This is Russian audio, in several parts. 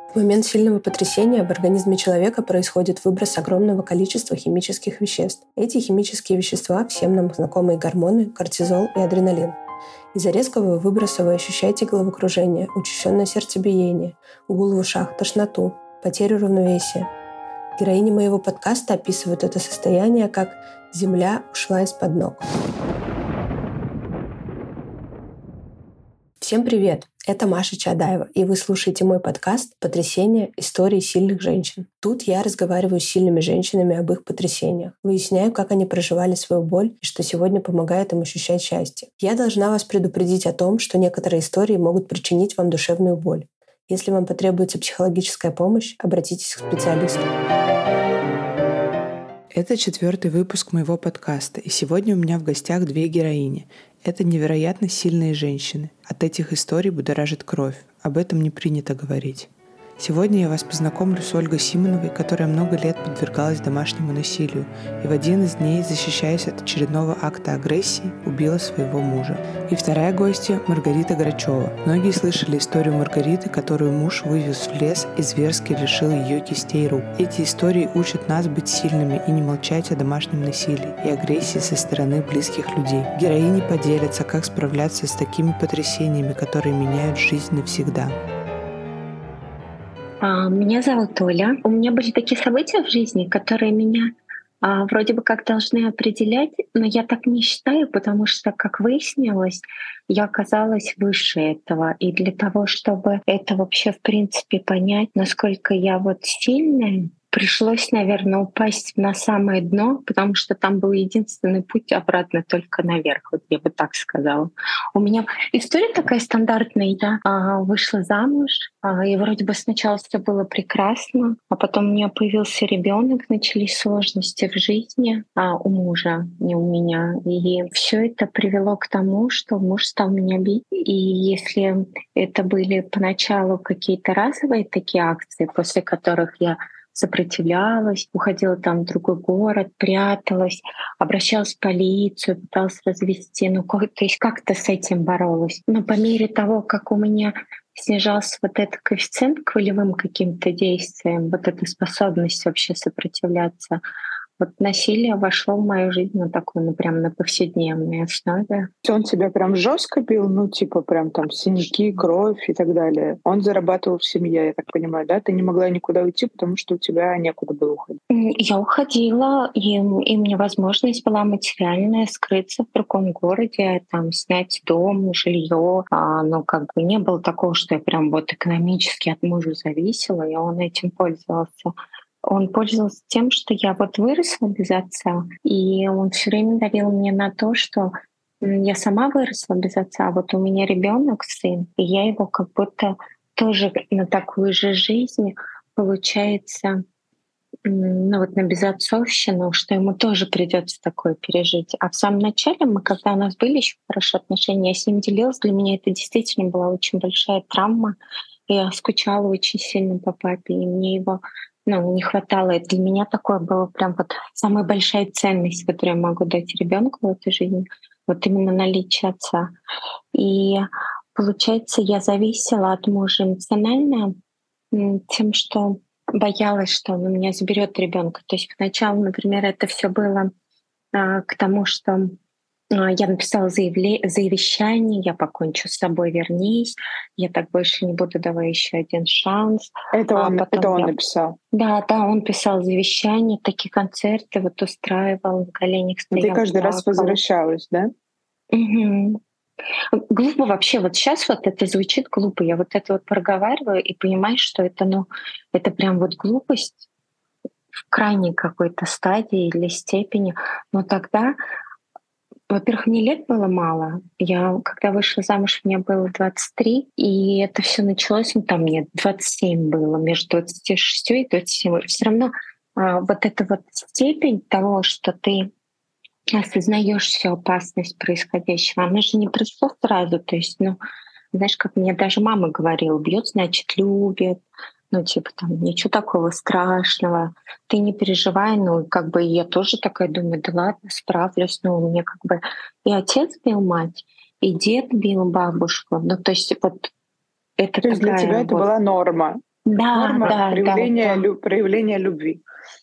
В момент сильного потрясения в организме человека происходит выброс огромного количества химических веществ. Эти химические вещества всем нам знакомые гормоны, кортизол и адреналин. Из-за резкого выброса вы ощущаете головокружение, учащенное сердцебиение, гул в ушах, тошноту, потерю равновесия. Героини моего подкаста описывают это состояние как «земля ушла из-под ног». Всем привет! Это Маша Чадаева, и вы слушаете мой подкаст «Потрясения. Истории сильных женщин». Тут я разговариваю с сильными женщинами об их потрясениях, выясняю, как они проживали свою боль и что сегодня помогает им ощущать счастье. Я должна вас предупредить о том, что некоторые истории могут причинить вам душевную боль. Если вам потребуется психологическая помощь, обратитесь к специалисту. Это 4-й выпуск моего подкаста, и сегодня у меня в гостях 2 героини. Это невероятно сильные женщины. От этих историй будоражит кровь. Об этом не принято говорить. Сегодня я вас познакомлю с Ольгой Симоновой, которая много лет подвергалась домашнему насилию и в один из дней, защищаясь от очередного акта агрессии, убила своего мужа. И вторая гостья — Маргарита Грачева. Многие слышали историю Маргариты, которую муж вывез в лес и зверски лишил ее кистей рук. Эти истории учат нас быть сильными и не молчать о домашнем насилии и агрессии со стороны близких людей. Героини поделятся, как справляться с такими потрясениями, которые меняют жизнь навсегда. Меня зовут Оля. У меня были такие события в жизни, которые меня вроде бы как должны определять, но я так не считаю, потому что, как выяснилось, я оказалась выше этого. И для того, чтобы это вообще в принципе понять, насколько я вот сильная, пришлось, наверное, упасть на самое дно, потому что там был единственный путь обратно только наверх, вот я бы так сказала. У меня история такая стандартная. Я вышла замуж, и вроде бы сначала все было прекрасно, а потом у меня появился ребенок, начались сложности в жизни у мужа, не у меня. И все это привело к тому, что муж стал меня бить. И если это были поначалу какие-то разовые такие акции, после которых я сопротивлялась, уходила там в другой город, пряталась, обращалась в полицию, пыталась развести, то есть как-то с этим боролась. Но по мере того, как у меня снижался вот этот коэффициент к волевым каким-то действиям, вот эта способность вообще сопротивляться, вот насилие вошло в мою жизнь на такой, прям на повседневной основе. Он тебя прям жестко бил, прям там синяки, кровь и так далее. Он зарабатывал в семье, я так понимаю, да? Ты не могла никуда уйти, потому что у тебя некуда было уходить. Я уходила, и у меня возможность была материальная скрыться в другом городе, там снять дом, жилье. Но не было такого, что я прям вот экономически от мужа зависела, и он этим пользовался. Он пользовался тем, что я вот выросла без отца, и он все время давил мне на то, что я сама выросла без отца, а вот у меня ребенок, сын, и я его как будто тоже на такую же жизнь, получается, на безотцовщину, что ему тоже придется такое пережить. А в самом начале когда у нас были еще хорошие отношения, я с ним делилась, для меня это действительно была очень большая травма. Я скучала очень сильно по папе, и мне его не хватало. И для меня такое было прям вот самая большая ценность, которую я могу дать ребенку в этой жизни, вот именно наличие отца. И получается, я зависела от мужа эмоционально тем, что боялась, что он у меня заберет ребенка. То есть поначалу, например, это все было к тому, что я написала завещание, я покончу с собой, вернись, я так больше не буду, давай еще один шанс. Это он написал? Да, он писал завещание, такие концерты вот устраивал, на коленях стоял. Ты каждый раз возвращалась, да? Угу. Глупо вообще. Вот сейчас вот это звучит глупо. Я вот это вот проговариваю и понимаю, что это прям вот глупость в крайней какой-то стадии или степени. Но тогда, во-первых, мне лет было мало. Я, когда вышла замуж, мне было 23, и это все началось, мне 27 было, между 26 и 27. Все равно вот эта вот степень того, что ты осознаешь всю опасность происходящего, она же не пришло сразу. То есть, знаешь, как мне даже мама говорила, бьет, значит, любит. Ничего такого страшного, ты не переживай, я тоже такая думаю, да ладно, справлюсь, мне и отец бил мать, и дед бил бабушку, то есть вот это то есть для тебя это была норма? Да, Норма да, да, да. проявления любви.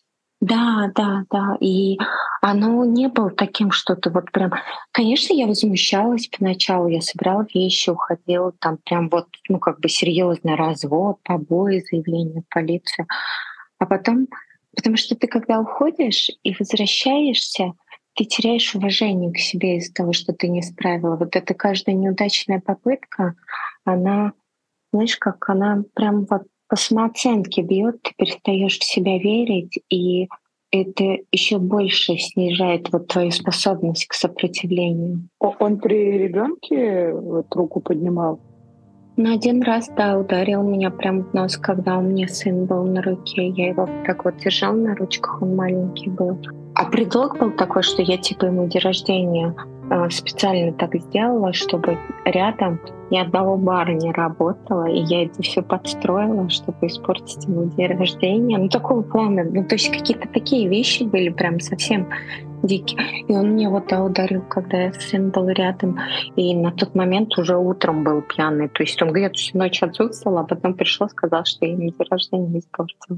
Да, да, да. И оно не было таким, что ты вот прям... Конечно, я возмущалась поначалу. Я собирала вещи, уходила там прям вот, ну, как бы серьезный развод, побои, заявление в полицию. А потом, потому что ты когда уходишь и возвращаешься, ты теряешь уважение к себе из-за того, что ты не справила. Вот эта каждая неудачная попытка, она, знаешь, как она прям вот по самооценке бьет, ты перестаешь в себя верить, и это еще больше снижает вот твою способность к сопротивлению. Он при ребенке вот руку поднимал? Но один раз, да, ударил меня прям в нос, когда у меня сын был на руке. Я его так вот держала на ручках, он маленький был. А предлог был такой, что я типа ему день рождения специально так сделала, чтобы рядом ни одного бара не работало, и я это все подстроила, чтобы испортить ему день рождения. Ну, такого плана. Ну, то есть какие-то такие вещи были прям совсем дикие. И он меня вот да, ударил, когда сын был рядом. И на тот момент уже утром был пьяный. То есть он где-то всю ночь отсутствовал, а потом пришел, сказал, что я ему день рождения испортил.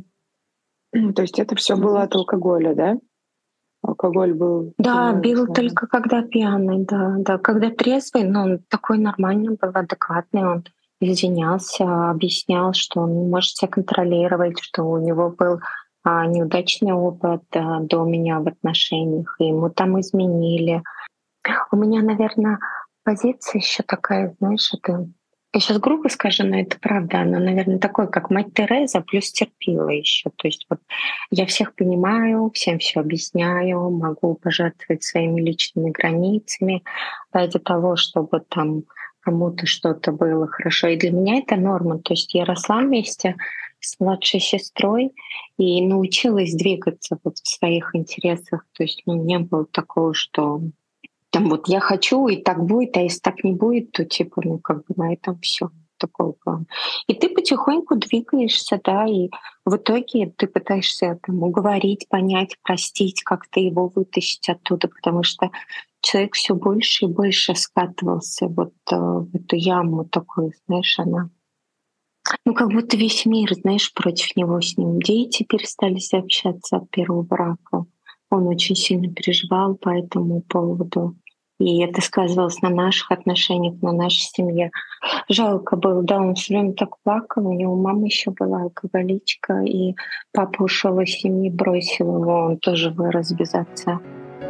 То есть это все было от алкоголя, да? Алкоголь был Да, бил основным. только когда пьяный, да, да. Когда трезвый, но он такой нормальный был, адекватный, он извинялся, объяснял, что он не может себя контролировать, что у него был неудачный опыт до меня в отношениях, и ему там изменили. У меня, наверное, позиция еще такая, знаешь, это я сейчас грубо скажу, но это правда. Она, наверное, такой, как мать Тереза, плюс терпила еще. То есть вот я всех понимаю, всем все объясняю, могу пожертвовать своими личными границами ради того, чтобы там кому-то что-то было хорошо. И для меня это норма. То есть я росла вместе с младшей сестрой и научилась двигаться вот в своих интересах. То есть ну, не было такого, что там вот я хочу, и так будет, а если так не будет, то типа, ну как бы на этом все такого плана. И ты потихоньку двигаешься, да, и в итоге ты пытаешься там уговорить, понять, простить, как-то его вытащить оттуда, потому что человек все больше и больше скатывался вот в эту яму такую, знаешь, она ну, как будто весь мир, знаешь, против него с ним. Дети перестали общаться от первого брака. Он очень сильно переживал по этому поводу. И это сказывалось на наших отношениях, на нашей семье. Жалко было, да, он все время так плакал. У него мама еще была алкоголичка, и папа ушел из семьи, бросил его, он тоже вырос без отца.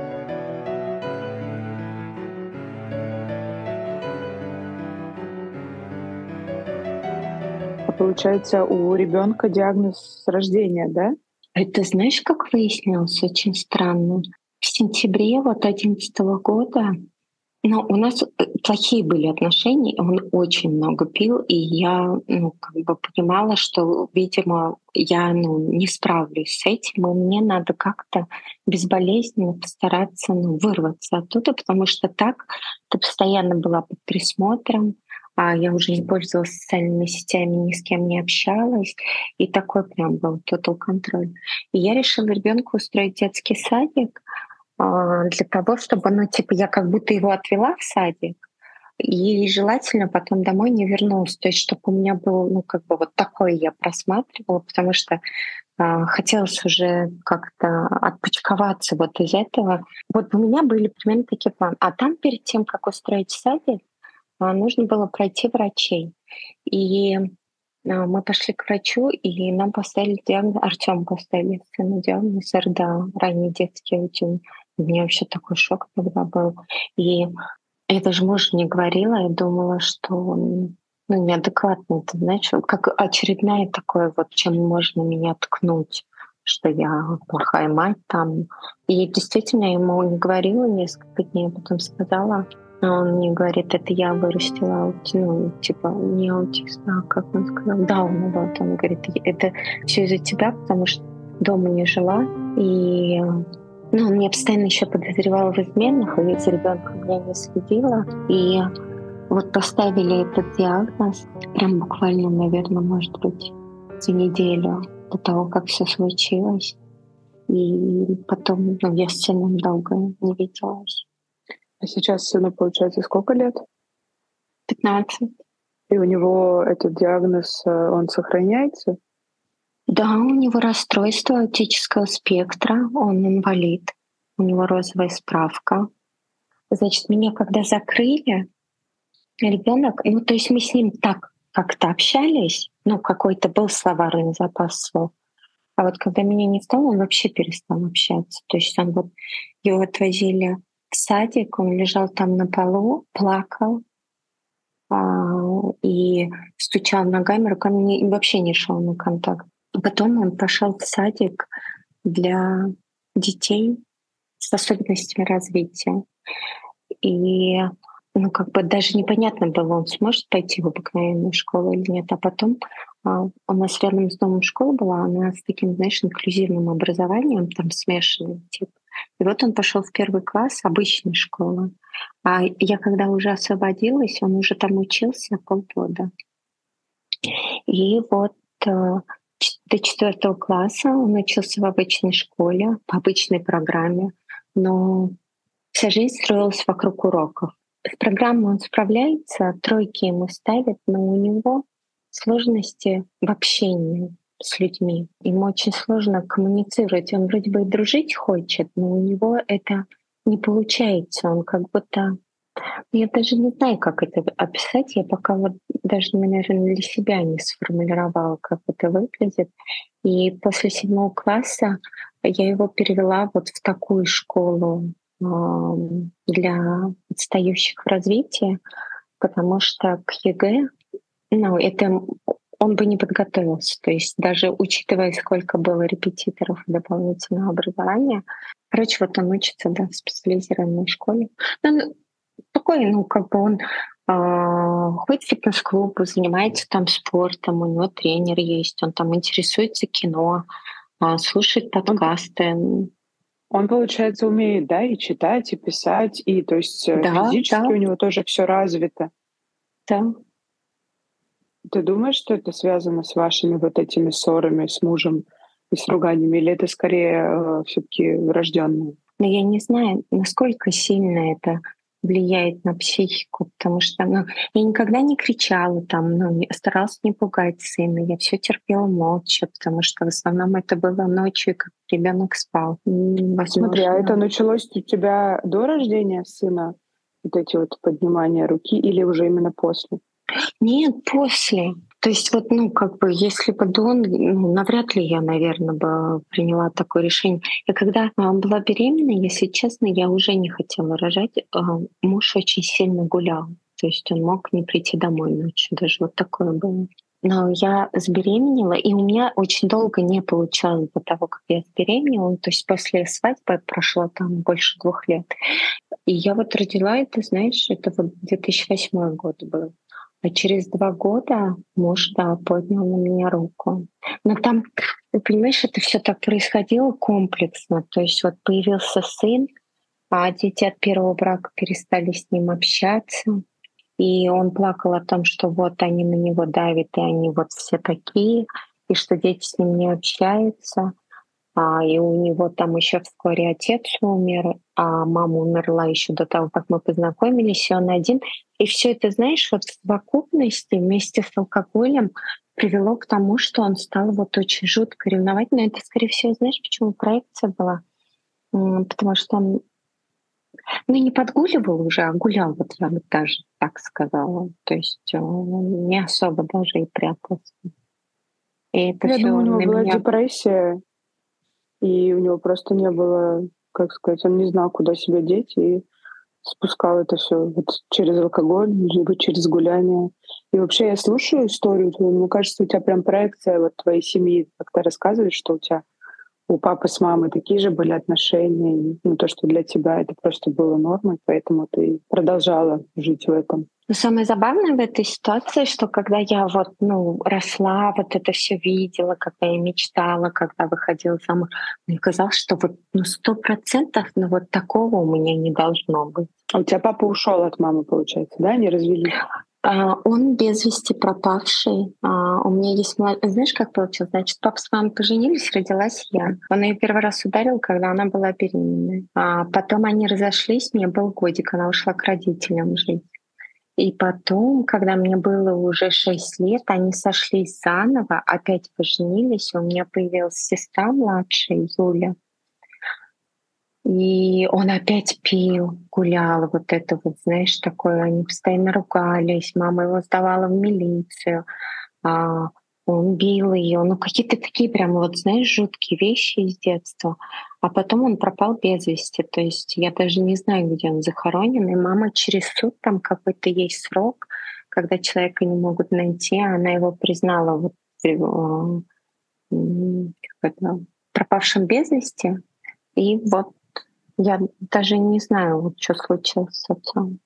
А получается, у ребенка диагноз с рождения, да? Это знаешь, как выяснилось, очень странно. В сентябре вот 2011 года ну, у нас плохие были отношения, он очень много пил, и я, ну, как бы понимала, что, видимо, я, ну, не справлюсь с этим, и мне надо как-то безболезненно постараться, ну, вырваться оттуда, потому что так ты постоянно была под присмотром, а я уже не пользовалась социальными сетями, ни с кем не общалась, и такой прям был total контроль. И я решила ребенку устроить детский садик, для того, чтобы, ну, типа, я как будто его отвела в садик, и желательно потом домой не вернулась. То есть, чтобы у меня был, ну, как бы вот такое я просматривала, потому что хотелось уже как-то отпочковаться вот из этого. Вот у меня были примерно такие планы. А там перед тем, как устроить садик, нужно было пройти врачей. И мы пошли к врачу, и нам поставили диагноз, Артём поставили сыну диагноз РДА, ранний детский аутизм. У меня вообще такой шок тогда был. И я даже мужу не говорила, я думала, что он ну, неадекватный, ты знаешь, как очередная такое вот, чем можно меня ткнуть, что я плохая мать там. И действительно, я ему не говорила несколько дней, а потом сказала, а он мне говорит, это я вырастила ну, типа, не аутист, а как он сказал, Дауна, вот он говорит, это все из-за тебя, потому что дома не жила, и ну, он меня постоянно еще подозревал в изменах, и за ребенком я не следила. И вот поставили этот диагноз прям буквально, наверное, может быть, за неделю до того, как все случилось. И потом ну, я с сыном долго не виделась. А сейчас сыну, получается, сколько лет? 15. И у него этот диагноз, он сохраняется? Да, у него расстройство аутического спектра, он инвалид, у него розовая справка. Значит, меня когда закрыли, ребенок, ну то есть мы с ним так как-то общались, ну какой-то был словарный запас слов. А вот когда меня не стало, он вообще перестал общаться. То есть он вот его отвозили в садик, он лежал там на полу, плакал и стучал ногами, руками вообще не шел на контакт. Потом он пошел в садик для детей с особенностями развития. И ну, как бы даже непонятно было, он сможет пойти в обыкновенную школу или нет. А потом у нас рядом с домом школа была, она с таким, знаешь, инклюзивным образованием, там смешанный тип. И вот он пошел в 1 класс обычной школы. А я когда уже освободилась, он уже там учился полгода. И вот до 4 класса он учился в обычной школе, по обычной программе, но вся жизнь строилась вокруг уроков. С программой он справляется, тройки ему ставят, но у него сложности в общении с людьми. Ему очень сложно коммуницировать. Он вроде бы и дружить хочет, но у него это не получается. Он как будто... Я даже не знаю, как это описать. Я пока вот даже, наверное, для себя не сформулировала, как это выглядит. И после 7 класса я его перевела вот в такую школу для отстающих в развитии, потому что к ЕГЭ, ну, это он бы не подготовился. То есть даже учитывая, сколько было репетиторов и дополнительного образования, короче, вот он учится, да, в специализированной школе. Ну, такой, ну, как бы он ходит в фитнес-клуб, занимается там спортом, у него тренер есть, он там интересуется кино, слушает подкасты. Он, получается, умеет, да, и читать, и писать, и то есть Да, физически да, у него тоже все развито. да. Ты думаешь, что это связано с вашими вот этими ссорами с мужем и с руганиями, или это скорее все-таки врожденное? Но я не знаю, насколько сильно это влияет на психику, потому что я никогда не кричала там, старалась не пугать сына, я все терпела молча, потому что в основном это было ночью, как ребенок спал. Смотри, а это Возможно. началось у тебя до рождения сына, вот эти вот поднимания руки, или уже именно после? Нет, после. То есть вот, ну, как бы, если бы до, навряд ли я, наверное, бы приняла такое решение. Я когда была беременна, если честно, я уже не хотела рожать. Муж очень сильно гулял. То есть он мог не прийти домой ночью. Даже вот такое было. Но я забеременела, и у меня очень долго не получалось до того, как я забеременела. То есть после свадьбы прошло там больше 2 лет. И я вот родила это, знаешь, это вот 2008 год был. А через 2 года муж, да, поднял на меня руку. Но там, ты понимаешь, это все так происходило комплексно. То есть вот появился сын, а дети от первого брака перестали с ним общаться. И он плакал о том, что вот они на него давят, и они вот все такие, и что дети с ним не общаются. И у него там еще вскоре отец умер, а мама умерла еще до того, как мы познакомились, и он один. И все это, знаешь, вот в совокупности вместе с алкоголем привело к тому, что он стал вот очень жутко ревновать. Но это, скорее всего, знаешь, почему проекция была? Потому что он, ну, не подгуливал уже, а гулял, вот я бы даже так сказала. То есть он не особо даже и прятался. И это Я все думаю, у него на была меня... депрессия, и у него просто не было, как сказать, он не знал, куда себя деть, и спускал это все вот через алкоголь, либо через гуляние. И вообще я слушаю историю твою, мне кажется, у тебя прям проекция вот твоей семьи, как ты рассказываешь, что у тебя у папы с мамой такие же были отношения, и, ну, то, что для тебя это просто было нормой, поэтому ты продолжала жить в этом. Но самое забавное в этой ситуации, что когда я вот, росла, вот это все видела, когда я мечтала, когда выходила замуж, мне казалось, что вот, 100%, вот такого у меня не должно быть. А у тебя папа ушел от мамы, получается, да? Они развелись? Он без вести пропавший. У меня есть... Знаешь, как получилось? Значит, папа с мамой поженились, родилась я. Он ее первый раз ударил, когда она была беременной. Потом они разошлись, мне был годик, она ушла к родителям жить. И потом, когда мне было уже 6 лет, они сошлись заново, опять поженились. У меня появилась сестра младшая, Юля. И он опять пил, гулял, вот это вот, знаешь, такое. Они постоянно ругались, мама его сдавала в милицию, а, он бил ее. Ну, какие-то такие прям, вот, знаешь, жуткие вещи из детства. А потом он пропал без вести. То есть я даже не знаю, где он захоронен. И мама через суд, там какой-то есть срок, когда человека не могут найти, она его признала вот, как это, пропавшим без вести. И вот я даже не знаю, вот что случилось с отцом.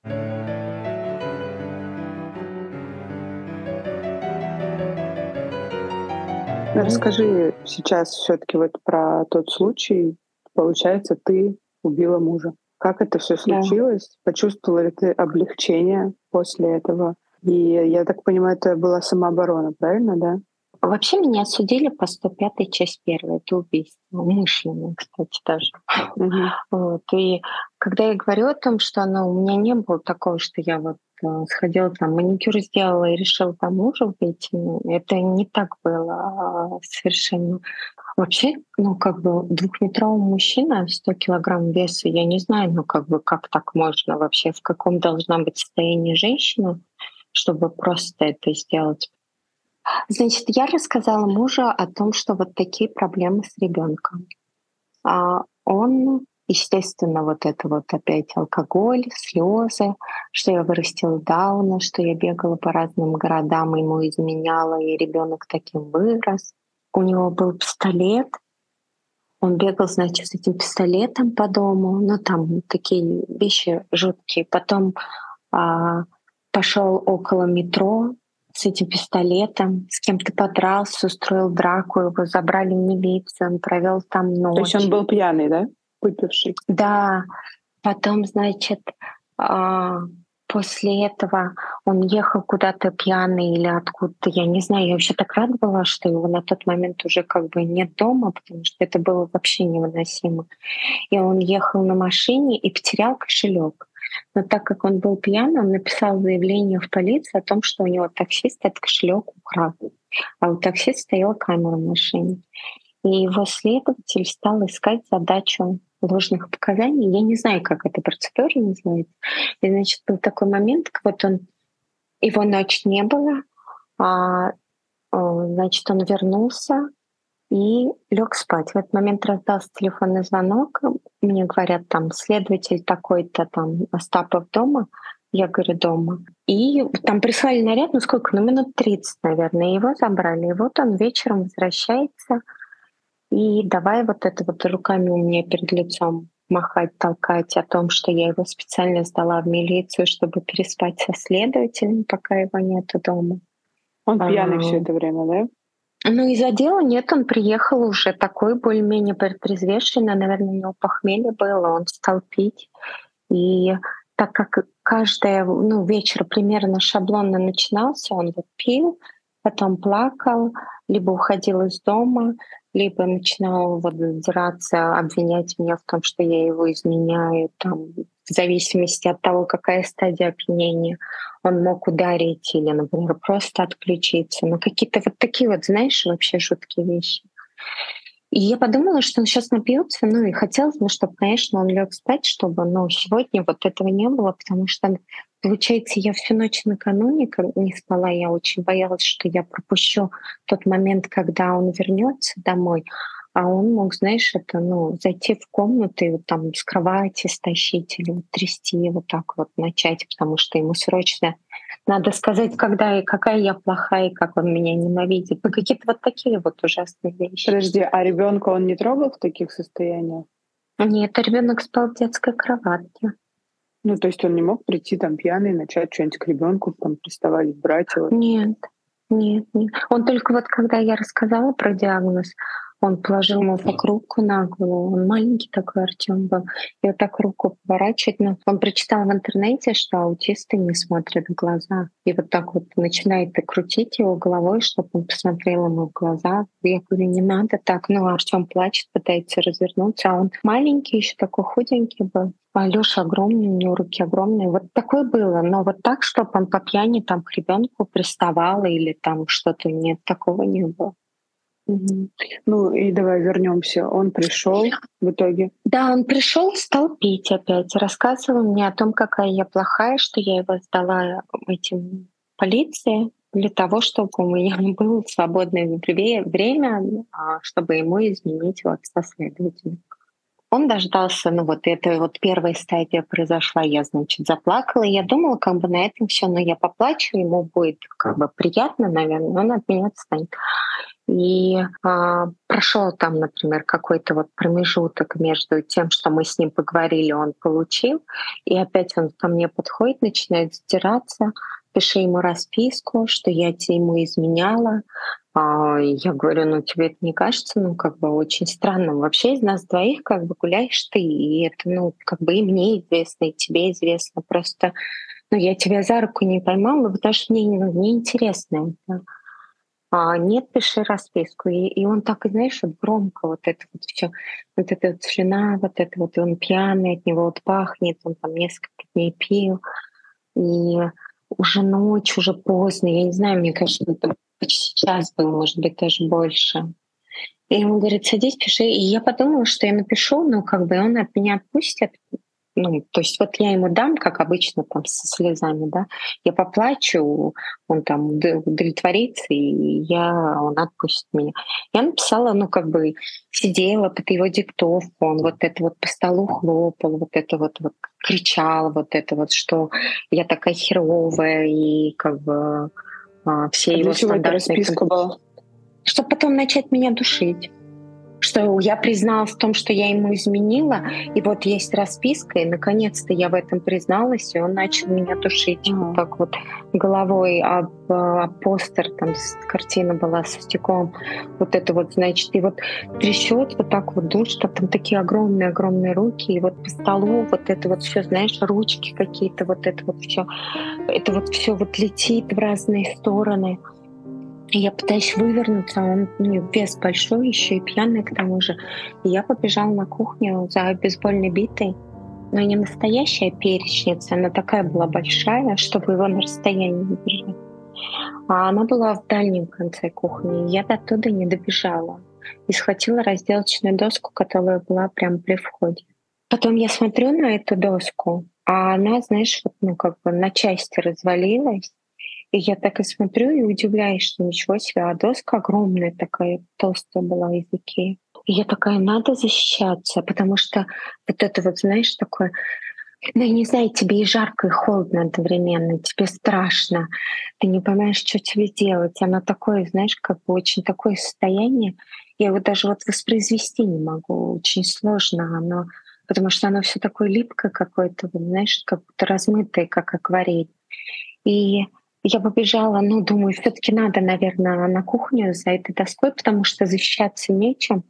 Ну, Расскажи сейчас все-таки вот про тот случай. Получается, ты убила мужа. Как это все да. случилось? Почувствовала ли ты облегчение после этого? И я так понимаю, это была самооборона, правильно, да? Вообще меня осудили по 105-й часть 1. Это убийство. Умышленное, кстати, даже. Мгм. Вот. И когда я говорю о том, что у меня не было такого, что я вот сходила там, маникюр сделала и решила там мужа убить, это не так было совершенно. Вообще, как бы двухметровый мужчина, 100 килограмм веса, я не знаю, как бы как так можно вообще, в каком должна быть состоянии женщина, чтобы просто это сделать. Значит, я рассказала мужу о том, что вот такие проблемы с ребенком. А он, естественно, вот это вот опять алкоголь, слезы, что я вырастила Дауна, что я бегала по разным городам, ему изменяла, и ребенок таким вырос. У него был пистолет, он бегал, значит, с этим пистолетом по дому, там такие вещи жуткие. Потом пошел около метро с этим пистолетом, с кем-то подрался, устроил драку, его забрали в милицию, он провел там То есть ночь. он был пьяный, да? Выпивший. Да, потом, значит, после этого он ехал куда-то пьяный или откуда-то, я не знаю, я вообще так рада была, что его на тот момент уже как бы нет дома, потому что это было вообще невыносимо. И он ехал на машине и потерял кошелек. Но так как он был пьяный, он написал заявление в полицию о том, что у него таксист этот кошелек украл. А у таксиста стояла камера в машине. И его следователь стал искать задачу ложных показаний. Я не знаю, как эта процедура называется. И, значит, был такой момент, вот его ночь не было, значит, он вернулся и лег спать. В этот момент раздался телефонный звонок. Мне говорят, там, следователь такой-то, там, Остапов дома. Я говорю, дома. И там прислали наряд, сколько? Минут 30, наверное. Его забрали. И вот он вечером возвращается. И давай вот это вот руками у меня перед лицом махать, толкать о том, что я его специально сдала в милицию, чтобы переспать со следователем, пока его нету дома. Он пьяный все это время, да? Из-за дела нет, он приехал уже такой более-менее протрезвевший, наверное, у него похмелье было, он стал пить. И так как каждый вечер примерно шаблонно начинался, он вот пил, потом плакал, либо уходил из дома, либо начинал вот драться, обвинять меня в том, что я его изменяю, там, в зависимости от того, какая стадия опьянения. Он мог ударить или, например, просто отключиться. Какие-то вот такие вот, знаешь, вообще жуткие вещи. И я подумала, что он сейчас напьется, и хотелось бы, чтобы, конечно, он лег спать, чтобы, сегодня вот этого не было, потому что, получается, я всю ночь накануне не спала, я очень боялась, что я пропущу тот момент, когда он вернется домой, а он мог, знаешь, зайти в комнату и вот там с кровати стащить или вот трясти, вот так вот начать, потому что ему срочно надо сказать, какая я плохая, и как он меня ненавидит. Какие-то вот такие вот ужасные вещи. Подожди, а ребенка он не трогал в таких состояниях? Нет, ребенок спал в детской кроватке. То есть он не мог прийти там пьяный, начать что-нибудь к ребенку, там приставать, брать его? Нет. Он только вот, когда я рассказала про диагноз, Он положил ему так руку на голову. Он маленький такой Артём был. И вот так руку поворачивает. Но он прочитал в интернете, что аутисты не смотрят в глаза. И вот так вот начинает и крутить его головой, чтобы он посмотрел ему в глаза. Я говорю, не надо так. Ну, Артём плачет, пытается развернуться. А он маленький, еще такой худенький был. А Лёша огромный, у него руки огромные. Вот такое было. Но вот так, чтобы он по пьяни там к ребенку приставал или там что-то, нет, такого не было. Мгм. Ну и давай вернемся. Он пришел в итоге. Да, он пришел, стал пить опять, рассказывал мне о том, какая я плохая, что я его сдала этим полиции для того, чтобы у меня было свободное время, чтобы ему изменить вот со следователем. Он дождался, ну вот это вот первая стадия произошла, я, значит, заплакала. Я думала, как бы на этом все, но я поплачу, ему будет как бы приятно, наверное, он от меня отстанет. И прошел там, например, какой-то вот промежуток между тем, что мы с ним поговорили, он получил, и опять он ко мне подходит, начинает сдираться, пиши ему расписку, что я тебе ему изменяла. Я говорю, ну тебе это не кажется, ну как бы очень странным. Вообще из нас двоих как бы гуляешь ты, и это, ну как бы и мне известно, и тебе известно. Просто, ну я тебя за руку не поймала, потому что мне, ну, мне интересно это. Нет, пиши расписку. И он так, и знаешь, вот громко вот это вот все, вот эта вот слюна, вот это вот, и он пьяный, от него вот пахнет, он там несколько дней пил. И уже ночь, уже поздно, я не знаю, мне кажется, это почти час был, может быть, даже больше. И он говорит, садись, пиши. И я подумала, что я напишу, но как бы он от меня отпустит. Ну, то есть вот я ему дам, как обычно, там, со слезами, да, я поплачу, он там удовлетворится, и он отпустит меня. Я написала, ну, как бы сидела под его диктовку, он вот это вот по столу хлопал, вот это вот кричал, вот это вот, что я такая херовая, и как бы все А его для чего эта стандартные... расписка была? Чтобы потом начать меня душить. Что я призналась в том, что я ему изменила, и вот есть расписка, и наконец-то я в этом призналась, и он начал меня душить вот так вот головой об постер, там картина была со стеклом, вот это вот, значит, и вот трясет вот так вот душит, а там такие огромные-огромные руки, и вот по столу вот это вот все, знаешь, ручки какие-то, вот это вот все вот летит в разные стороны. И я пытаюсь вывернуться, а он, ну, вес большой, еще и пьяный к тому же. И я побежала на кухню за бейсбольной битой, но не настоящая перечница, она такая была большая, чтобы его на расстоянии держать. А она была в дальнем конце кухни, и я до туда не добежала. И схватила разделочную доску, которая была прямо при входе. Потом я смотрю на эту доску, а она, знаешь, вот, ну, как бы на части развалилась. И я так и смотрю и удивляюсь, что ничего себе, а доска огромная такая, толстая была из Икеи. И я такая, надо защищаться, потому что вот это вот, знаешь, такое, ну, я не знаю, тебе и жарко, и холодно одновременно, тебе страшно, ты не понимаешь, что тебе делать. Оно такое, знаешь, как бы очень такое состояние, я его даже вот воспроизвести не могу, очень сложно оно, потому что оно все такое липкое какое-то, вот, знаешь, как будто размытое, как акварель. И я побежала, ну, думаю, все таки надо, наверное, на кухню за этой доской, потому что защищаться нечем.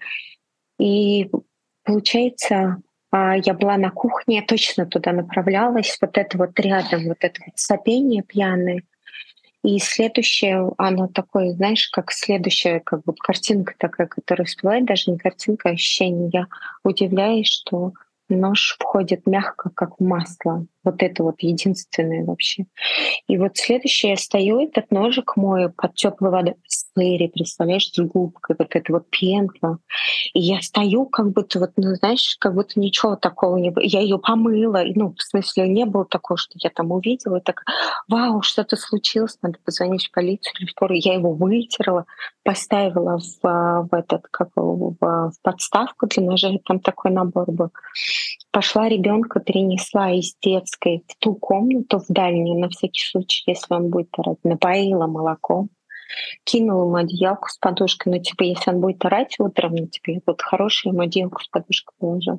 И получается, я была на кухне, точно туда направлялась, вот это вот рядом, вот это вот сопение пьяное. И следующее, оно такое, знаешь, как следующая как бы картинка такая, которая всплывает, даже не картинка, а ощущение. Я удивляюсь, что нож входит мягко, как в масло. Вот это вот единственное вообще. И вот следующее, я стою, этот ножик мою под теплой водой с Фейри, представляешь, с губкой, вот это вот пенка. И я стою, как будто вот, ну, знаешь, как будто ничего такого не было. Я ее помыла, ну, в смысле, не было такого, что я там увидела, и так, вау, что-то случилось, надо позвонить в полицию или в скорую. Я его вытерла, поставила в этот, как его, в подставку для ножей, там такой набор был. Пошла ребенка перенесла из детской в ту комнату, в дальнюю, на всякий случай, если он будет орать. Напоила молоком, кинула ему одеялку с подушкой. Ну, типа, если он будет орать утром, ну, типа, я вот хорошую ему одеялку с подушкой положила.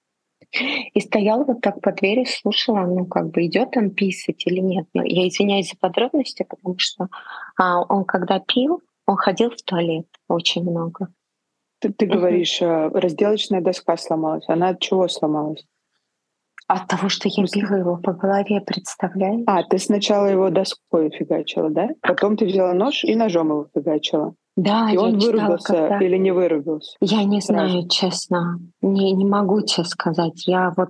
И стояла вот так под дверью, слушала, ну, как бы идет он писать или нет. Но я извиняюсь за подробности, потому что он, когда пил, он ходил в туалет очень много. Ты говоришь, разделочная доска сломалась. Она от чего сломалась? От того, что я била его по голове, представляешь? Ты сначала его доской фигачила, да? Потом ты взяла нож и ножом его фигачила. Да, И я он читала, вырубился когда... или не вырубился? Я не Сразу. знаю, честно. Не могу тебе сказать. Я вот,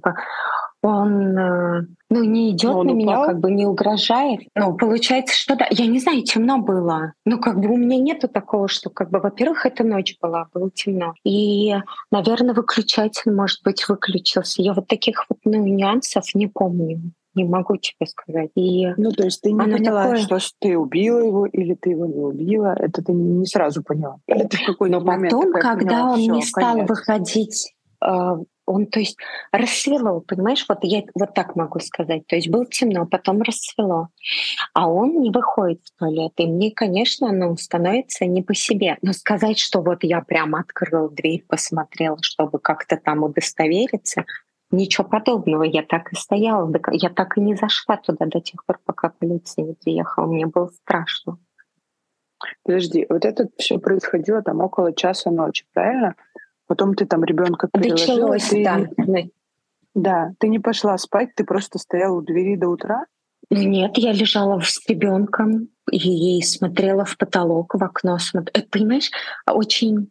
он, не идет Он на меня, упал? не угрожает. Получается, что да. Я не знаю, темно было. У меня нету такого, что, во-первых, это ночь была, было темно. И, наверное, выключатель, может быть, выключился. Я вот таких нюансов не помню. Не могу тебе сказать. И То есть ты не оно поняла, такое... что ты убила его или ты его не убила? Это ты не сразу поняла? Или ты в какой-то Но момент потом, такая когда поняла, он всё, не стал конец? выходить, то есть рассвело, понимаешь? Вот я вот так могу сказать. То есть было темно, потом рассвело. А он не выходит в туалет. И мне, конечно, становится не по себе. Но сказать, что вот я прямо открыла дверь, посмотрела, чтобы как-то там удостовериться, ничего подобного. Я так и стояла. Я так и не зашла туда до тех пор, пока полиция не приехала. Мне было страшно. Подожди, вот это все происходило там около часа ночи, правильно? Потом ты там ребенка переложила. Началось, да. Да, ты не пошла спать, ты просто стояла у двери до утра? Нет, я лежала с ребенком и смотрела в потолок, в окно. Понимаешь, очень...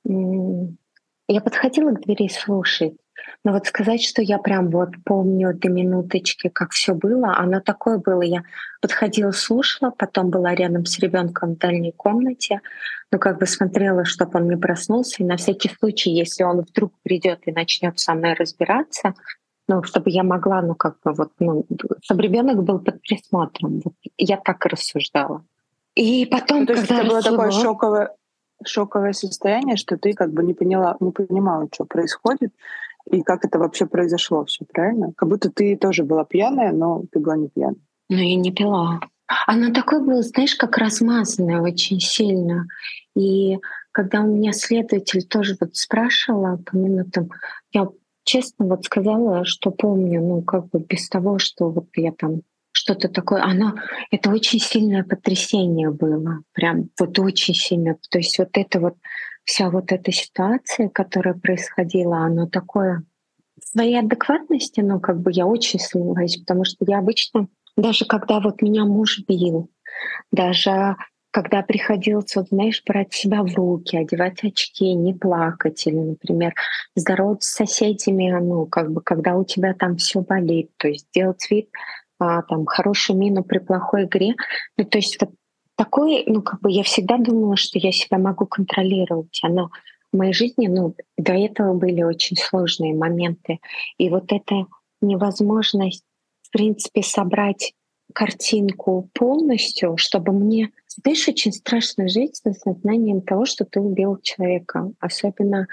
Я подходила к двери слушать, но вот сказать, что я прям вот помню до минуточки, как все было, оно такое было. Я подходила, слушала, потом была рядом с ребенком в дальней комнате, смотрела, чтобы он не проснулся, и на всякий случай, если он вдруг придет и начнет со мной разбираться, чтобы я могла, чтобы ребенок был под присмотром. Вот я так и рассуждала. И потом, То есть когда это было такое рассвело... шоковое состояние, что ты не понимала, что происходит и как это вообще произошло все, правильно? Как будто ты тоже была пьяная, но ты была не пьяная. Но я не пила. Оно такое было, знаешь, как размазанное очень сильно. И когда у меня следователь тоже вот спрашивала по минутам, я честно вот сказала, что помню, без того, что вот я там что-то такое. Это очень сильное потрясение было. Прям вот очень сильно. То есть вот это вот вся вот эта ситуация, которая происходила, она такое в своей адекватности, я очень сомневаюсь, потому что я обычно, даже когда вот меня муж бил, даже когда приходилось, вот знаешь, брать себя в руки, одевать очки, не плакать, или, например, здороваться с соседями, когда у тебя там все болит, то есть делать вид, там, хорошую мину при плохой игре. То есть вот такое, я всегда думала, что я себя могу контролировать. В моей жизни, до этого были очень сложные моменты. И вот эта невозможность, в принципе, собрать картинку полностью, чтобы мне... Знаешь, очень страшно жить с осознанием того, что ты убил человека. Особенно,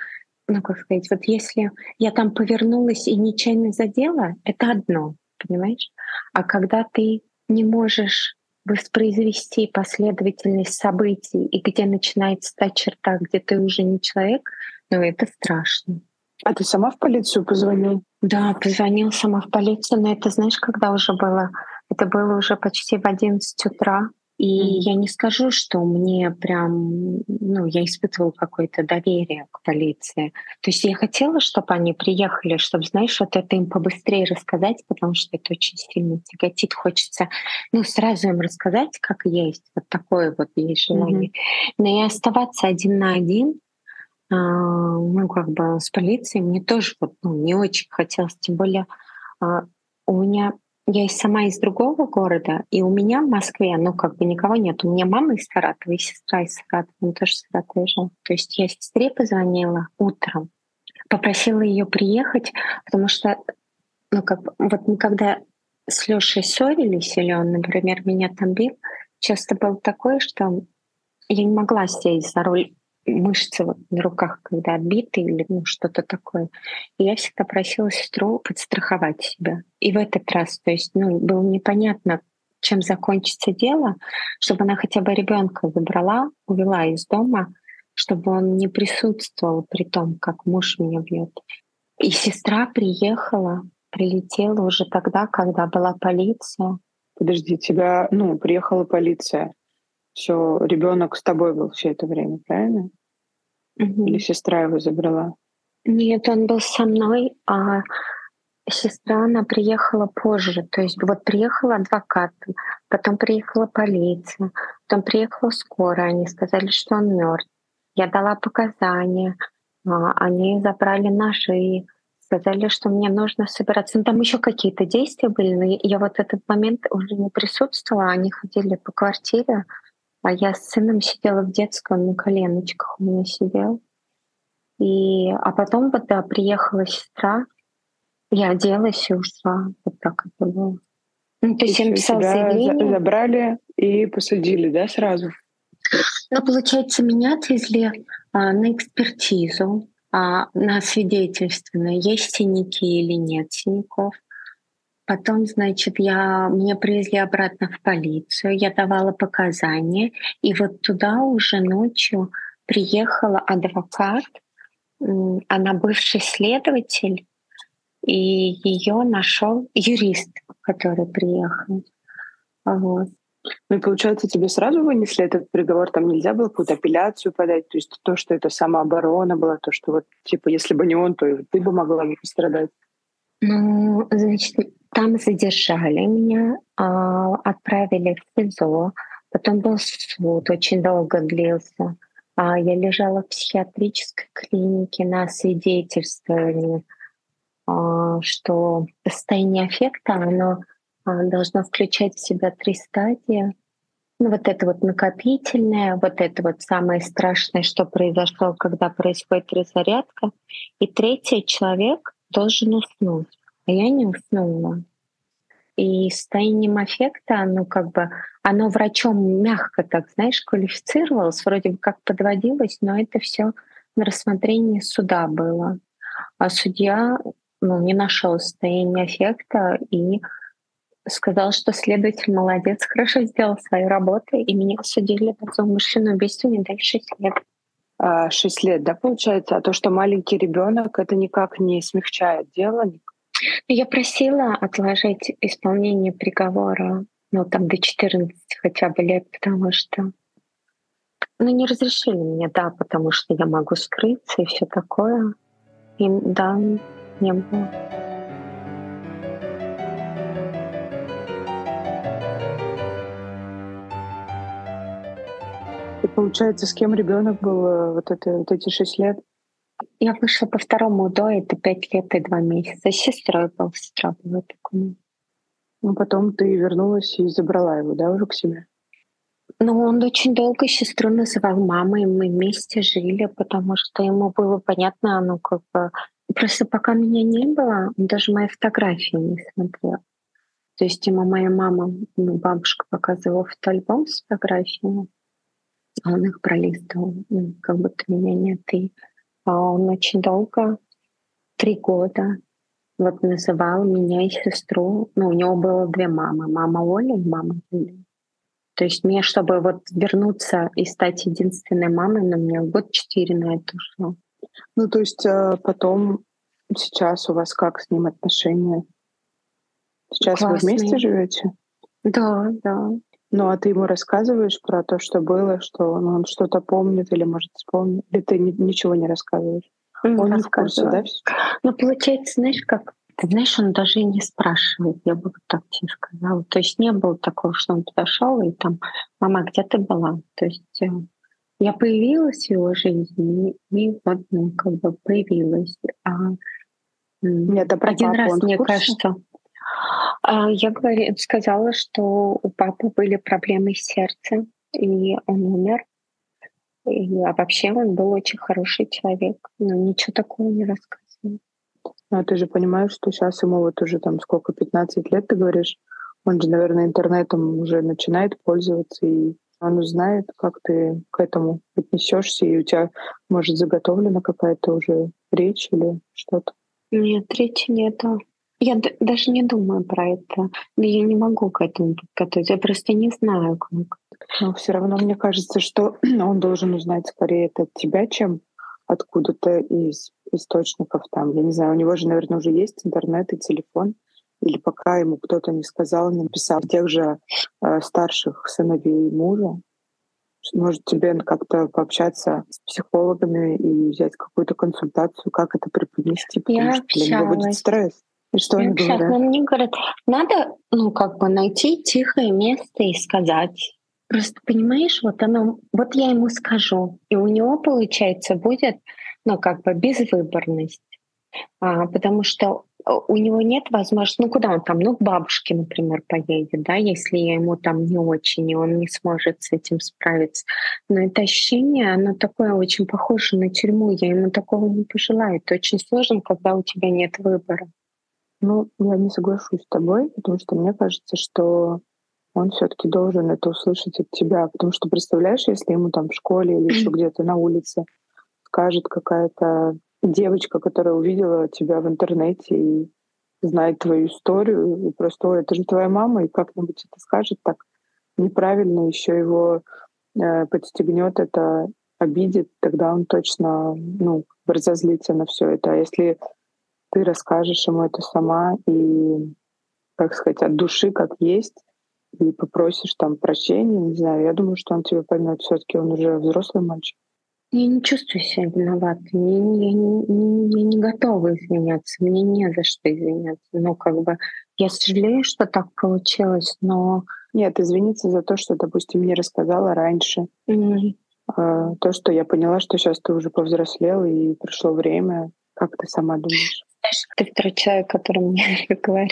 вот если я там повернулась и нечаянно задела, это одно, понимаешь? А когда ты не можешь воспроизвести последовательность событий, и где начинается та черта, где ты уже не человек, это страшно. А ты сама в полицию позвонила? Да, позвонила сама в полицию, но это знаешь, когда уже было? Это было уже почти в 11 утра. И я не скажу, что мне прям, я испытывала какое-то доверие к полиции. То есть я хотела, чтобы они приехали, чтобы, знаешь, вот это им побыстрее рассказать, потому что это очень сильно тяготит. Хочется, сразу им рассказать, как есть. Вот такое вот есть желание. Но и оставаться один на один, с полицией мне тоже не очень хотелось. Тем более я сама из другого города, и у меня в Москве, никого нет. У меня мама из Саратова и сестра из Саратова, он тоже в Саратове жил. То есть я сестре позвонила утром, попросила ее приехать, потому что, мы когда с Лёшей ссорились, или он, например, меня там бил, часто было такое, что я не могла сесть за руль, мышцы на руках, когда отбиты или что-то такое. И я всегда просила сестру подстраховать себя. И в этот раз, то есть, было непонятно, чем закончится дело, чтобы она хотя бы ребенка забрала, увела из дома, чтобы он не присутствовал при том, как муж меня бьет. И сестра прилетела уже тогда, когда была полиция. Подожди, приехала полиция. Все, ребенок с тобой был все это время, правильно? Или сестра его забрала? Нет, он был со мной, а сестра, она приехала позже. То есть вот приехал адвокат, потом приехала полиция, потом приехала скорая. Они сказали, что он мертв. Я дала показания. Они забрали ножи, сказали, что мне нужно собираться. Ну, там еще какие-то действия были, но я вот этот момент уже не присутствовала. Они ходили по квартире, а я с сыном сидела в детской, он на коленочках у меня сидел. А потом вот, да, приехала сестра, я оделась и ушла. Вот так это было. Ну, то И есть я всё, написала тебя заявление. забрали и посадили, да, сразу? Ну, получается, меня отвезли на экспертизу, на свидетельственное, есть синяки или нет синяков. Потом, значит, меня привезли обратно в полицию, я давала показания, и вот туда уже ночью приехала адвокат, она бывший следователь, и ее нашел юрист, который приехал. Вот. Ну и получается, тебе сразу вынесли этот приговор, там нельзя было какую-то апелляцию подать, то есть то, что это самооборона была, то, что вот, типа, если бы не он, то и ты бы могла бы пострадать. Ну, значит, там задержали меня, отправили в СИЗО, потом был суд, очень долго длился. Я лежала в психиатрической клинике на свидетельствовании, что состояние аффекта, оно должно включать в себя 3 стадии. Ну, вот это вот накопительное, вот это вот самое страшное, что произошло, когда происходит разрядка. И третье, человек должен уснуть, а я не уснула. И состоянием аффекта, оно врачом мягко так, знаешь, квалифицировалось, вроде бы как подводилось, но это все на рассмотрении суда было. А судья, не нашел состояние аффекта и сказал, что следователь молодец, хорошо сделал свою работу, и меня осудили за умышленное убийство, не дали 6 лет. 6 лет, да, получается? А то, что маленький ребенок, это никак не смягчает дело? Я просила отложить исполнение приговора, там до 14 хотя бы лет, потому что не разрешили мне, да, потому что я могу скрыться и все такое. И да, не было. И получается, с кем ребенок был вот эти 6 лет? Я вышла по второму УДО, это 5 лет и 2 месяца. С сестрой была, сестра была такая. Ну, потом ты вернулась и забрала его, да, уже к себе? Он очень долго сестру называл мамой, мы вместе жили, потому что ему было понятно, просто пока меня не было, он даже мои фотографии не смотрел. То есть ему моя мама, бабушка показывала фотоальбом с фотографиями, а он их пролистывал, как будто меня нет. И он очень долго, 3 года, называл меня и сестру. У него было 2 мамы. Мама Оля и мама Юля. То есть мне, чтобы вернуться и стать единственной мамой, мне 4 года на это ушло. Ну, то есть потом, сейчас у вас как с ним отношения? Сейчас Классные. Вы вместе живете? Да, да. Ну, а ты ему рассказываешь про то, что было, что он что-то помнит или может вспомнить? Или ты ничего не рассказываешь? Он не в курсе, да? Получается, знаешь, ты знаешь, он даже и не спрашивает, я бы так тебе сказала. То есть не было такого, что он подошел и там: «Мама, где ты была?» То есть я появилась в его жизни, и появилась. Нет, а про один папу раз, он в мне курсе? кажется, я сказала, что у папы были проблемы с сердцем, и он умер. А вообще он был очень хороший человек, но ничего такого не рассказывал. Ну, ты же понимаешь, что сейчас ему вот уже там сколько, 15 лет, ты говоришь, он же, наверное, интернетом уже начинает пользоваться, и он узнает, как ты к этому отнесешься, и у тебя, может, заготовлена какая-то уже речь или что-то. Нет, речи нету. Я даже не думаю про это. Да я не могу к этому подготовиться. Я просто не знаю, как. Но все равно мне кажется, что он должен узнать скорее это от тебя, чем откуда-то из источников там. Я не знаю, у него же, наверное, уже есть интернет и телефон. Или пока ему кто-то не сказал, не написал тех же старших сыновей мужа. Может, тебе как-то пообщаться с психологами и взять какую-то консультацию, как это преподнести, потому Я что для него будет общалась. стресс. И что Я они общалась, говорят? но мне говорят, надо, найти тихое место и сказать. Просто понимаешь, вот я ему скажу, и у него, получается, будет, безвыборность. Потому что у него нет возможности, куда он там, к бабушке, например, поедет, да, если я ему там не очень, и он не сможет с этим справиться. Но это ощущение, оно такое очень похоже на тюрьму, я ему такого не пожелаю. Это очень сложно, когда у тебя нет выбора. Я не соглашусь с тобой, потому что мне кажется, что он все-таки должен это услышать от тебя. Потому что представляешь, если ему там в школе или еще где-то на улице скажет какая-то девочка, которая увидела тебя в интернете и знает твою историю, и просто: ой, это же твоя мама, и как-нибудь это скажет так неправильно, еще его подстегнет это, обидит, тогда он точно, разозлится на все это. А если ты расскажешь ему это сама и, как сказать, от души, как есть, и попросишь там прощения, не знаю, я думаю, что он тебя поймет. Все-таки он уже взрослый мальчик. Я не чувствую себя виноватой. Я не готова извиняться. Мне не за что извиняться. Я сожалею, что так получилось, но Нет, извиниться за то, что, допустим, не рассказала раньше. То, что я поняла, что сейчас ты уже повзрослела и пришло время. Как ты сама думаешь? знаешь, ты второй человек, который мне это говорит.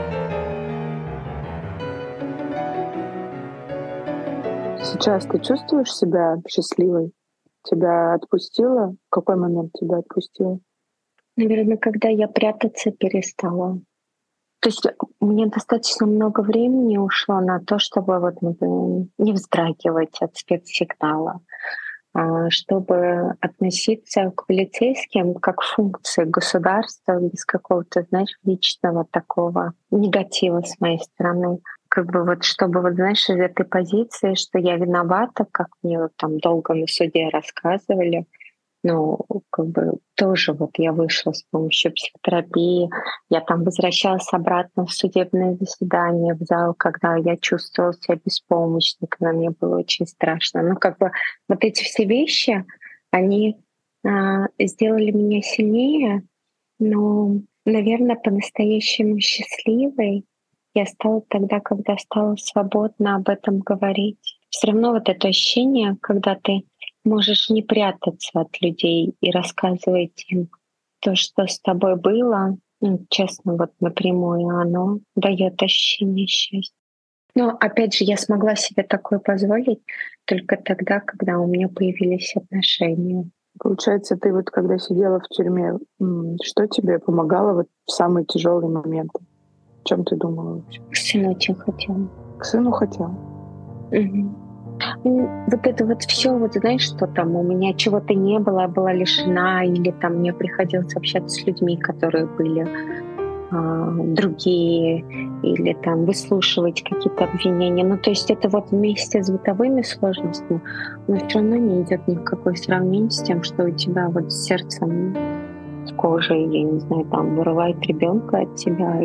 Сейчас ты чувствуешь себя счастливой? Тебя отпустило? В какой момент тебя отпустило? Наверное, когда я прятаться перестала. То есть мне достаточно много времени ушло на то, чтобы например, не вздрагивать от спецсигнала, чтобы относиться к полицейским как к функции государства без какого-то, личного такого негатива с моей стороны. Чтобы, знаешь, из этой позиции, что я виновата, как мне там долго на суде рассказывали, тоже я вышла с помощью психотерапии. Я там возвращалась обратно в судебное заседание, в зал, когда я чувствовала себя беспомощной, когда мне было очень страшно. Вот эти все вещи, они сделали меня сильнее, но, наверное, по-настоящему счастливой я стала тогда, когда стала свободно об этом говорить. Все равно это ощущение, когда ты можешь не прятаться от людей и рассказывать им то, что с тобой было, честно, напрямую, оно дает ощущение счастья. Но опять же, я смогла себе такое позволить только тогда, когда у меня появились отношения. Получается, ты когда сидела в тюрьме, что тебе помогало в самые тяжелые моменты? О чем ты думала вообще? К сыну очень хотела. К сыну хотела? Это все, знаешь, что там у меня чего-то не было, я была лишена, или там мне приходилось общаться с людьми, которые были другие, или там выслушивать какие-то обвинения. То есть это вместе с бытовыми сложностями, но все равно не идет ни в какое сравнение с тем, что у тебя с сердцем, с кожей, я не знаю, там вырывает ребенка от тебя.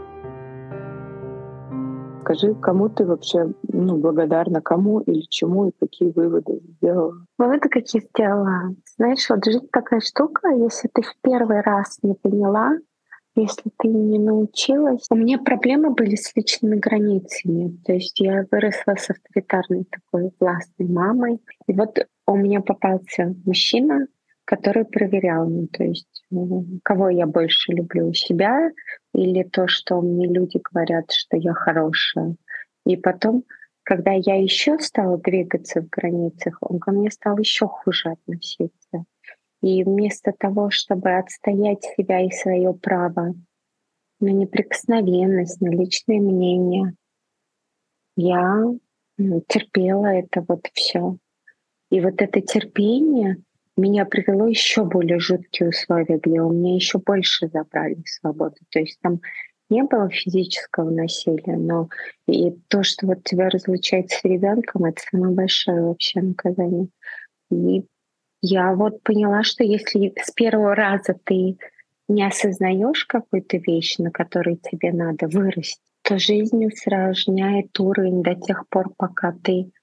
Скажи, кому ты вообще благодарна, кому или чему, и какие выводы сделала? Выводы какие сделала? Знаешь, жизнь такая штука, если ты в первый раз не поняла, если ты не научилась. У меня проблемы были с личными границами. То есть я выросла с авторитарной такой властной мамой. И у меня попался мужчина, который проверял меня. То есть кого я больше люблю, себя или то, что мне люди говорят, что я хорошая. И потом, когда я еще стала двигаться в границах, он ко мне стал еще хуже относиться. И вместо того, чтобы отстоять себя и свое право на неприкосновенность, на личное мнение, я терпела это все. И это терпение меня привело еще более жуткие условия, где у меня еще больше забрали свободу. То есть там не было физического насилия, но и то, что тебя разлучает с ребенком, это самое большое вообще наказание. И я поняла, что если с первого раза ты не осознаешь какую-то вещь, на которой тебе надо вырасти, то жизнь усложняет уровень до тех пор, пока ты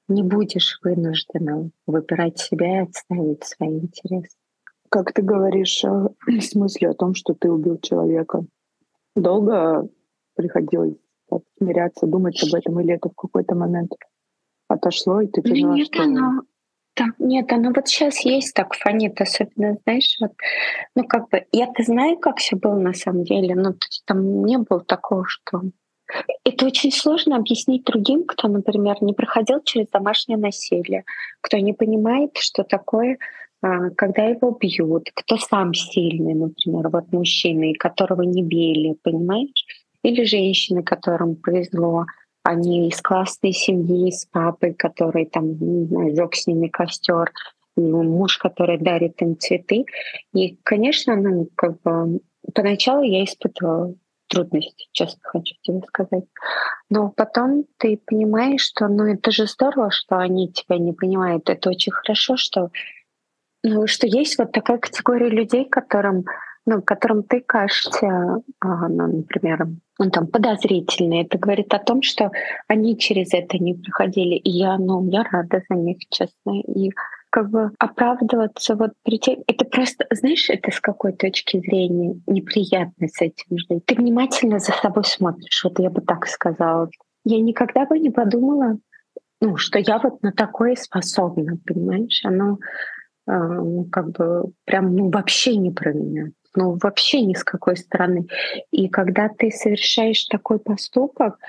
не будешь вынуждена выбирать себя и отставить свои интересы. Как ты говоришь с мыслью о том, что ты убил человека? Долго приходилось так смиряться, думать об этом, или это в какой-то момент отошло, и ты поняла, Нет, что... оно вот сейчас есть так фонит, особенно, знаешь, вот, ну как бы я-то знаю, как все было на самом деле, но то есть там не было такого, что это очень сложно объяснить другим, кто, например, не проходил через домашнее насилие, кто не понимает, что такое, когда его бьют, кто сам сильный, например, вот мужчины, которого не били, понимаешь? Или женщины, которым повезло, они из классной семьи, с папой, который там, не знаю, жёг с ними костер, муж, который дарит им цветы. И, конечно, ну, как бы поначалу я испытывала трудности, честно хочу тебе сказать. Но потом ты понимаешь, что ну это же здорово, что они тебя не понимают. Это очень хорошо, что, ну, что есть вот такая категория людей, которым ты кажешься, ну, например, он там подозрительный. Это говорит о том, что они через это не проходили. И я рада за них, честно. И как бы оправдываться вот при это просто, знаешь, это с какой точки зрения неприятно с этим жить. Ты внимательно за собой смотришь, вот я бы так сказала. Я никогда бы не подумала, ну, что я вот на такое способна, понимаешь? Оно ну, как бы прям ну, вообще не про меня. Ну, вообще ни с какой стороны. И когда ты совершаешь такой поступок,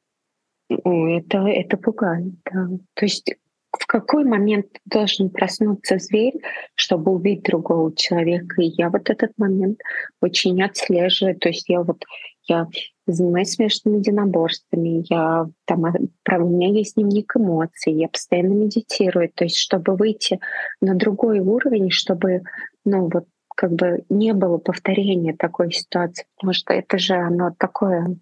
это пугает. Да. То есть в какой момент должен проснуться зверь, чтобы убить другого человека? И я вот этот момент очень отслеживаю. То есть я занимаюсь смешанными единоборствами, у меня есть дневник эмоций, я постоянно медитирую. То есть чтобы выйти на другой уровень, чтобы ну вот как бы не было повторения такой ситуации, потому что это же оно такое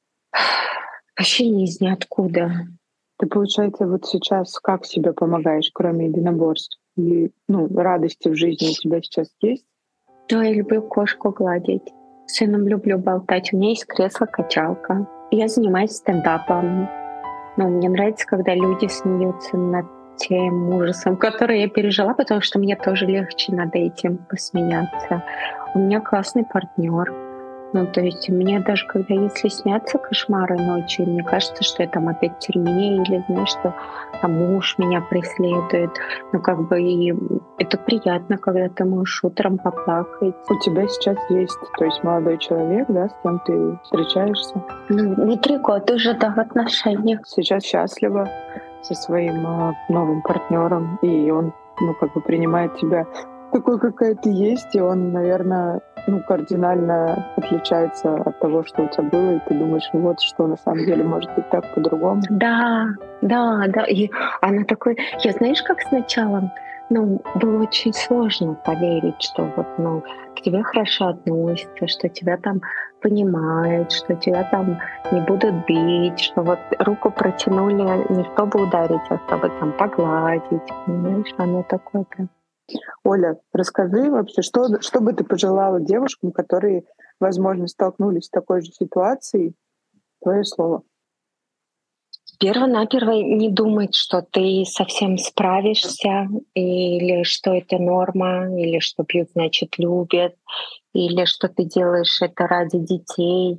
вообще не из ниоткуда. Ты, получается, вот сейчас как себе помогаешь, кроме единоборств? И, ну, радости в жизни у тебя сейчас есть? Да, я люблю кошку гладить. С сыном люблю болтать. У меня есть кресло-качалка. Я занимаюсь стендапом. Ну, мне нравится, когда люди смеются над тем ужасом, который я пережила, потому что мне тоже легче над этим посмеяться. У меня классный партнер. Ну, то есть мне даже когда если снятся кошмары ночью, мне кажется, что я там опять в тюрьме или, знаешь, что там муж меня преследует. Ну, как бы и это приятно, когда ты можешь утром поплакать. У тебя сейчас есть, то есть молодой человек, да, с кем ты встречаешься? Ну, не 3 года уже, да, в отношениях. Сейчас счастлива со своим новым партнером, и он, ну, как бы принимает тебя такой, какая ты есть, и он, наверное, ну, кардинально отличается от того, что у тебя было, и ты думаешь, ну вот что на самом деле может быть так по-другому. Да. И она такой... Я знаешь, как сначала, ну, было очень сложно поверить, что вот, ну, к тебе хорошо относятся, что тебя там понимают, что тебя там не будут бить, что вот руку протянули не чтобы ударить, а чтобы там погладить, понимаешь? Оно такое прям... Оля, расскажи вообще, что бы ты пожелала девушкам, которые, возможно, столкнулись с такой же ситуацией? Твое слово. Перво-наперво не думать, что ты совсем справишься, или что это норма, или что пьют, значит, любят, или что ты делаешь это ради детей,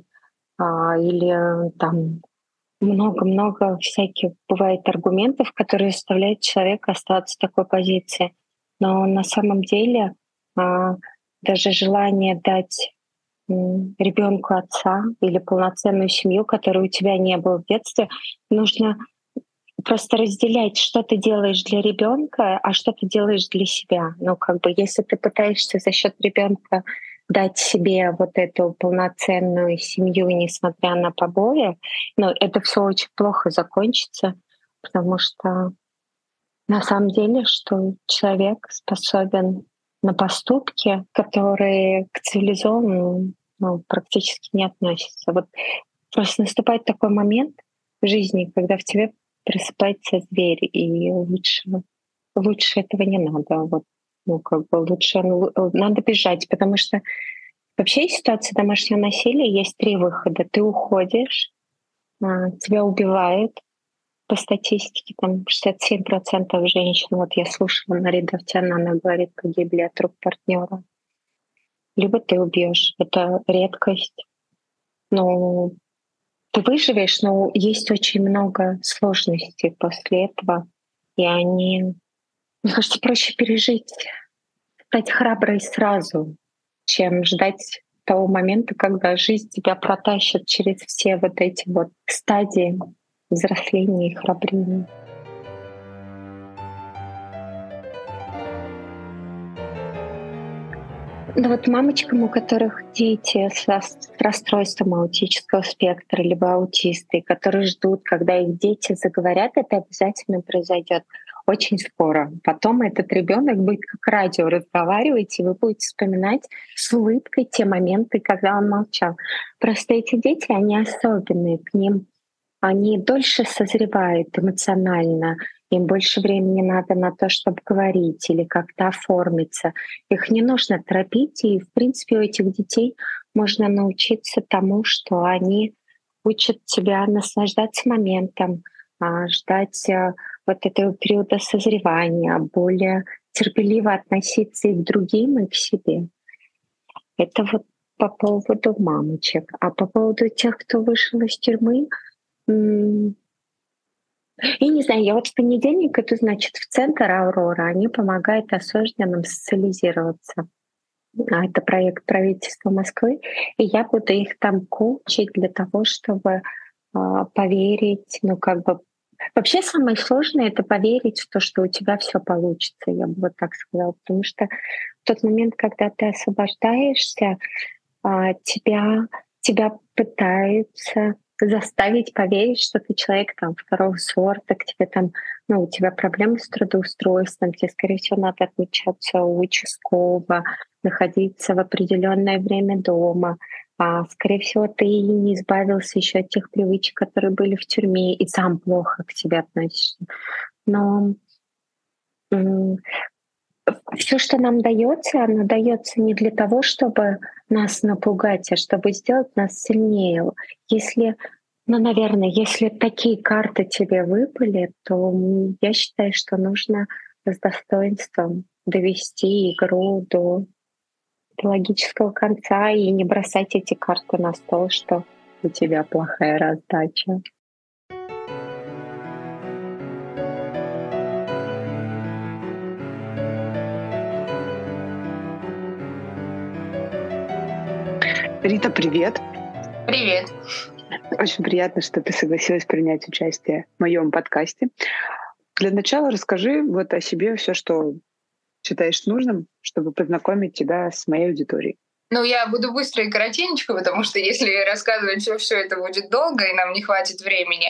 или там много-много всяких бывает аргументов, которые заставляют человека оставаться в такой позиции. Но на самом деле даже желание дать ребенку отца или полноценную семью, которой у тебя не было в детстве, нужно просто разделять, что ты делаешь для ребенка, а что ты делаешь для себя. Ну, как бы, если ты пытаешься за счет ребенка дать себе вот эту полноценную семью, несмотря на побои, но это все очень плохо закончится, потому что на самом деле, что человек способен на поступки, которые к цивилизованному практически не относятся. Вот просто наступает такой момент в жизни, когда в тебе просыпается зверь, и лучше этого не надо. Вот, ну, как бы лучше надо бежать, потому что вообще из ситуации домашнего насилия есть 3 выхода. Ты уходишь, тебя убивают, по статистике там 67% женщин, вот я слушала Мария Давтян, она говорит, погибли от рук партнера. Либо ты убьешь, это редкость. Ну, ты выживешь, но есть очень много сложностей после этого, и они, мне кажется, проще пережить, стать храброй сразу, чем ждать того момента, когда жизнь тебя протащит через все вот эти вот стадии взросления и храбрения. Да вот мамочкам, у которых дети с расстройством аутического спектра, либо аутисты, которые ждут, когда их дети заговорят, это обязательно произойдет очень скоро. Потом этот ребенок будет как радио разговаривать, и вы будете вспоминать с улыбкой те моменты, когда он молчал. Просто эти дети, они особенные, к ним они дольше созревают эмоционально, им больше времени надо на то, чтобы говорить или как-то оформиться. Их не нужно торопить, и, в принципе, у этих детей можно научиться тому, что они учат тебя наслаждаться моментом, ждать вот этого периода созревания, более терпеливо относиться и к другим, и к себе. Это вот по поводу мамочек. А по поводу тех, кто вышел из тюрьмы, я не знаю, я вот в понедельник иду, значит, в центр «Аврора». Они помогают осужденным социализироваться. Это проект правительства Москвы. И я буду их там коучить для того, чтобы поверить, Вообще самое сложное — это поверить в то, что у тебя все получится, я бы вот так сказала. Потому что в тот момент, когда ты освобождаешься, тебя пытаются заставить поверить, что ты человек там второго сорта, к тебе там, у тебя проблемы с трудоустройством, тебе, скорее всего, надо отмечаться у участкового, находиться в определенное время дома. Скорее всего, ты не избавился еще от тех привычек, которые были в тюрьме, и сам плохо к себе относишься. Но все, что нам дается, оно дается не для того, чтобы нас напугать, а чтобы сделать нас сильнее. Если, наверное, если такие карты тебе выпали, то я считаю, что нужно с достоинством довести игру до логического конца и не бросать эти карты на стол, что у тебя плохая раздача. Рита, привет. Привет. Очень приятно, что ты согласилась принять участие в моем подкасте. Для начала расскажи вот о себе все, что считаешь нужным, чтобы познакомить тебя с моей аудиторией. Я буду быстро и коротенько, потому что если рассказывать все это будет долго, и нам не хватит времени.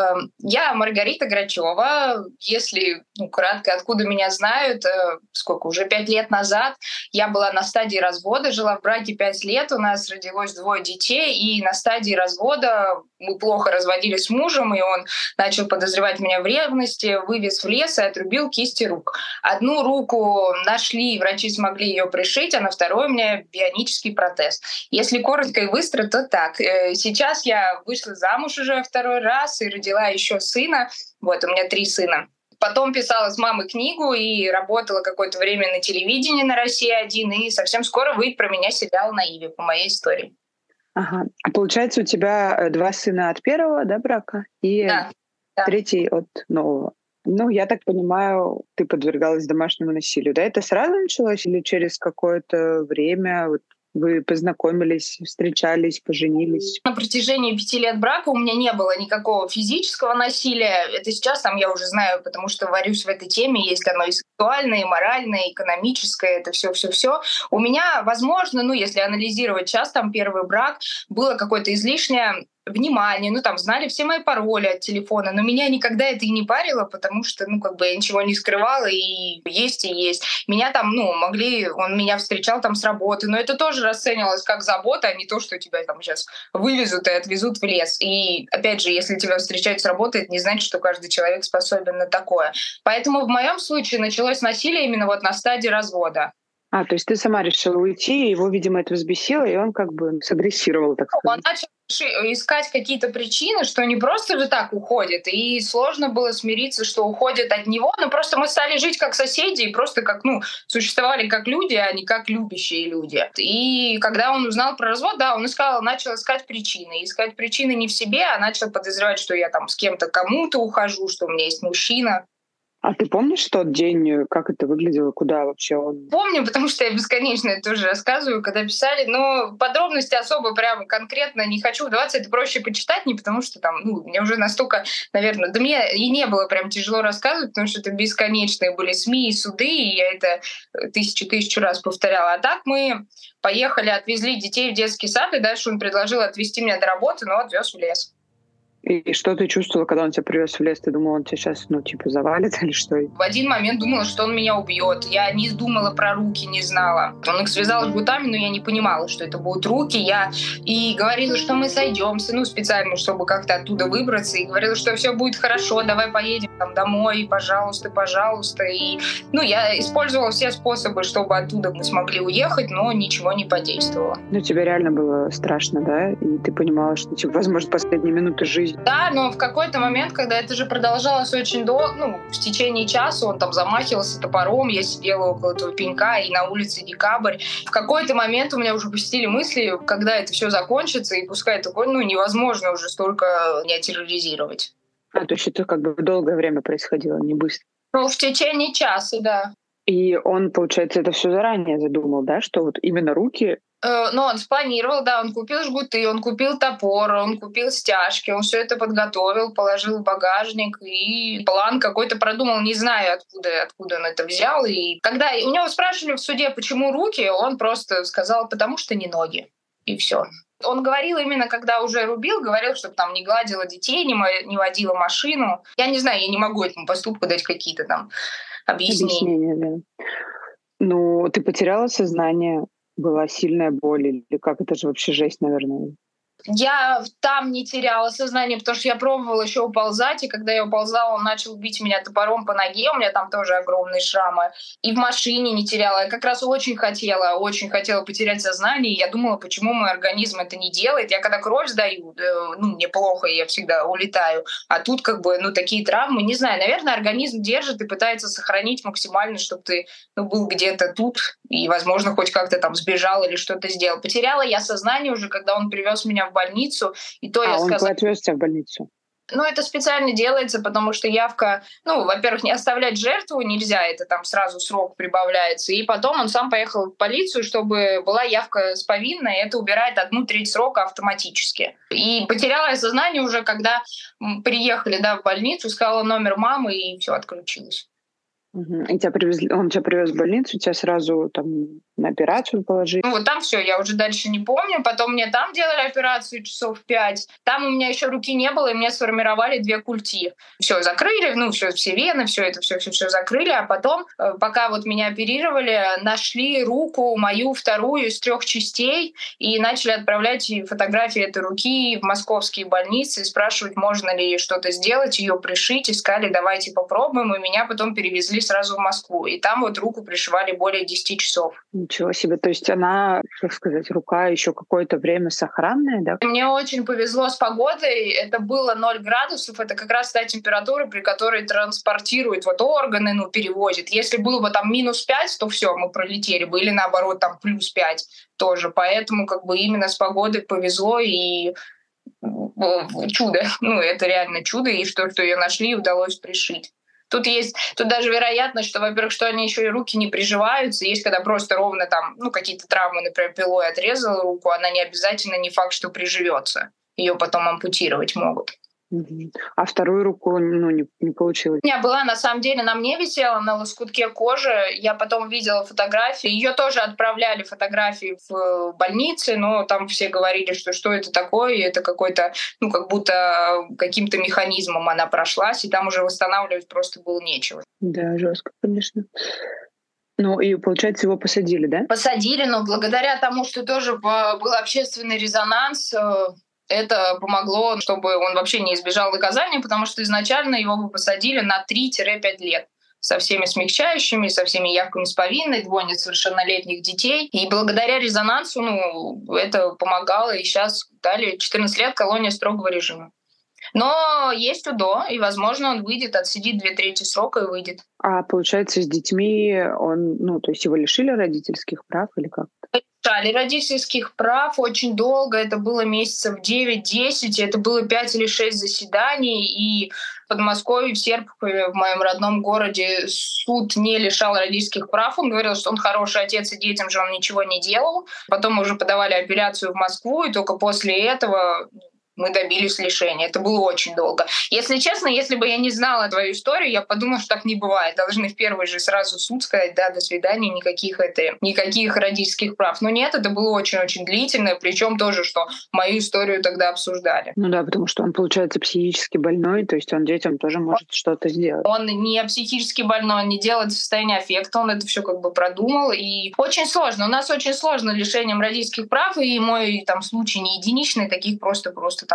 Я Маргарита Грачева. Если кратко, откуда меня знают, уже 5 лет назад я была на стадии развода, жила в браке 5 лет, у нас родилось 2 детей, и на стадии развода мы плохо разводились с мужем, и он начал подозревать меня в ревности, вывез в лес и отрубил кисти рук. Одну руку нашли, врачи смогли ее пришить, а на второй у меня бионический протез. Если коротко и быстро, то так. Сейчас я вышла замуж уже 2-й раз и родила еще сына. Вот, у меня 3 сына. Потом писала с мамой книгу и работала какое-то время на телевидении на «Россия-1», и совсем скоро выйдет про меня сериал на Иве по моей истории. Ага. А получается, у тебя 2 сына от первого, брака, и да. 3 от нового. Я так понимаю, ты подвергалась домашнему насилию. Да, это сразу началось или через какое-то время вы познакомились, встречались, поженились? На протяжении 5 лет брака у меня не было никакого физического насилия. Это сейчас я уже знаю, потому что варюсь в этой теме. Есть оно и сексуальное, и моральное, и экономическое. Это все. У меня, возможно, если анализировать сейчас, первый брак, было какое-то излишнее внимание, знали все мои пароли от телефона, но меня никогда это и не парило, потому что, я ничего не скрывала, и есть. Меня он меня встречал с работы, но это тоже расценивалось как забота, а не то, что тебя сейчас вывезут и отвезут в лес. И, опять же, если тебя встречают с работы, это не значит, что каждый человек способен на такое. Поэтому в моем случае началось насилие именно на стадии развода. То есть ты сама решила уйти, и его, видимо, это взбесило, и он как бы сагрессировал, так Он сказать. начал искать какие-то причины, что не просто же так уходит, и сложно было смириться, что уходит от него, но просто мы стали жить как соседи, и просто как, существовали как люди, а не как любящие люди. И когда он узнал про развод, да, он начал искать причины. Искать причины не в себе, а начал подозревать, что я там с кем-то кому-то ухожу, что у меня есть мужчина. А ты помнишь тот день, как это выглядело, куда вообще он? Помню, потому что я бесконечно это тоже рассказываю, когда писали, но подробности особо прям конкретно не хочу вдаваться, это проще почитать, не потому что там, мне уже настолько, наверное, да мне и не было прям тяжело рассказывать, потому что это бесконечные были СМИ и суды, и я это тысячу раз повторяла. А так мы поехали, отвезли детей в детский сад, и дальше он предложил отвезти меня до работы, но отвез в лес. И что ты чувствовала, когда он тебя привез в лес? Ты думала, он тебя сейчас, завалит или что? В один момент думала, что он меня убьет. Я не думала про руки, не знала. Он их связал жгутами, но я не понимала, что это будут руки. Я и говорила, что мы сойдемся, специально, чтобы как-то оттуда выбраться. И говорила, что все будет хорошо, давай поедем там домой, пожалуйста, пожалуйста. И, я использовала все способы, чтобы оттуда мы смогли уехать, но ничего не подействовало. Тебе реально было страшно, да? И ты понимала, что, возможно, последние минуты жизни. Да, но в какой-то момент, когда это же продолжалось очень долго, в течение часа он там замахивался топором, я сидела около этого пенька, и на улице декабрь. В какой-то момент у меня уже посетили мысли, когда это все закончится, и пускай такое, невозможно уже столько меня терроризировать. То есть это как бы долгое время происходило, не быстро. В течение часа, да. И он, получается, это все заранее задумал, да, что вот именно руки. Он спланировал, да, он купил жгуты, он купил топор, он купил стяжки, он все это подготовил, положил в багажник, и план какой-то продумал, не знаю, откуда он это взял. И когда у него спрашивали в суде, почему руки, он просто сказал, потому что не ноги, и все. Он говорил именно, когда уже рубил, говорил, чтобы там не гладила детей, не водила машину. Я не знаю, я не могу этому поступку дать какие-то там объяснения. Да. Ты потеряла сознание? Была сильная боль или как? Это же вообще жесть, наверное. Я там не теряла сознание, потому что я пробовала еще уползать, и когда я уползала, он начал бить меня топором по ноге, у меня там тоже огромные шрамы, и в машине не теряла. Я как раз очень хотела потерять сознание, и я думала, почему мой организм это не делает. Я когда кровь сдаю, мне плохо, и я всегда улетаю, а тут такие травмы, не знаю, наверное, организм держит и пытается сохранить максимально, чтобы ты был где-то тут, и, возможно, хоть как-то там сбежал или что-то сделал. Потеряла я сознание уже, когда он привез меня в больницу, и то я сказала... Он отвез тебя в больницу? Это специально делается, потому что явка, во-первых, не оставлять жертву нельзя, это там сразу срок прибавляется, и потом он сам поехал в полицию, чтобы была явка с повинной, и это убирает 1/3 срока автоматически. И потеряла я сознание уже, когда приехали, в больницу, сказала номер мамы, и все отключилось. И он тебя привез в больницу, тебя сразу там на операцию положили? Там все, я уже дальше не помню. Потом мне там делали операцию часов 5. Там у меня еще руки не было, и мне сформировали 2 культи. Все закрыли, все вены, все это все закрыли. А потом, пока меня оперировали, нашли руку мою вторую из 3 частей и начали отправлять фотографии этой руки в московские больницы, спрашивать, можно ли что-то сделать, ее пришить. Искали, давайте попробуем. И меня потом перевезли сразу в Москву. И там руку пришивали более 10 часов. Ничего себе. То есть она, рука еще какое-то время сохранная, да? Мне очень повезло с погодой. Это было 0 градусов. Это как раз та температура, при которой транспортируют органы, перевозят. Если было бы там -5, то все, мы пролетели бы. Или наоборот, там +5 тоже. Поэтому именно с погодой повезло, и чудо. Это реально чудо. И что ее нашли, удалось пришить. Тут даже вероятность, что, во-первых, что они еще и руки не приживаются. Есть, когда просто ровно там, какие-то травмы, например, пилой отрезала руку, она не обязательно, не факт, что приживется. Ее потом ампутировать могут. А вторую руку не получилось? У меня была, на самом деле, на мне висела на лоскутке кожи. Я потом видела фотографии. Ее тоже отправляли фотографии в больнице, но там все говорили, что это такое. И это какой-то, как будто каким-то механизмом она прошлась, и там уже восстанавливать просто было нечего. Да, жестко, конечно. И, получается, его посадили, да? Посадили, но благодаря тому, что тоже был общественный резонанс, это помогло, чтобы он вообще не избежал наказания, потому что изначально его бы посадили на 3-5 лет со всеми смягчающими, со всеми явками с повинной, двое несовершеннолетних детей. И благодаря резонансу это помогало. И сейчас дали 14 лет колония строгого режима. Но есть УДО, и, возможно, он выйдет, отсидит 2/3 срока и выйдет. А получается, с детьми то есть его лишили родительских прав или как? Лишали родительских прав очень долго. Это было месяцев 9-10, это было 5 или 6 заседаний. И в Подмосковье, в Серпухове, в моем родном городе, суд не лишал родительских прав. Он говорил, что он хороший отец, и детям же он ничего не делал. Потом мы уже подавали апелляцию в Москву, и только после этого мы добились лишения. Это было очень долго. Если честно, если бы я не знала твою историю, я подумала, что так не бывает. Должны в первый же сразу суд сказать: да, до свидания, никаких родительских прав. Но нет, это было очень-очень длительно, причем тоже, что мою историю тогда обсуждали. Ну да, потому что он, получается, психически больной, то есть он детям тоже может что-то сделать. Он не психически больной, он не делает состояние аффекта, он это все продумал. И очень сложно. У нас очень сложно лишением родительских прав, и мой случай не единичный, таких просто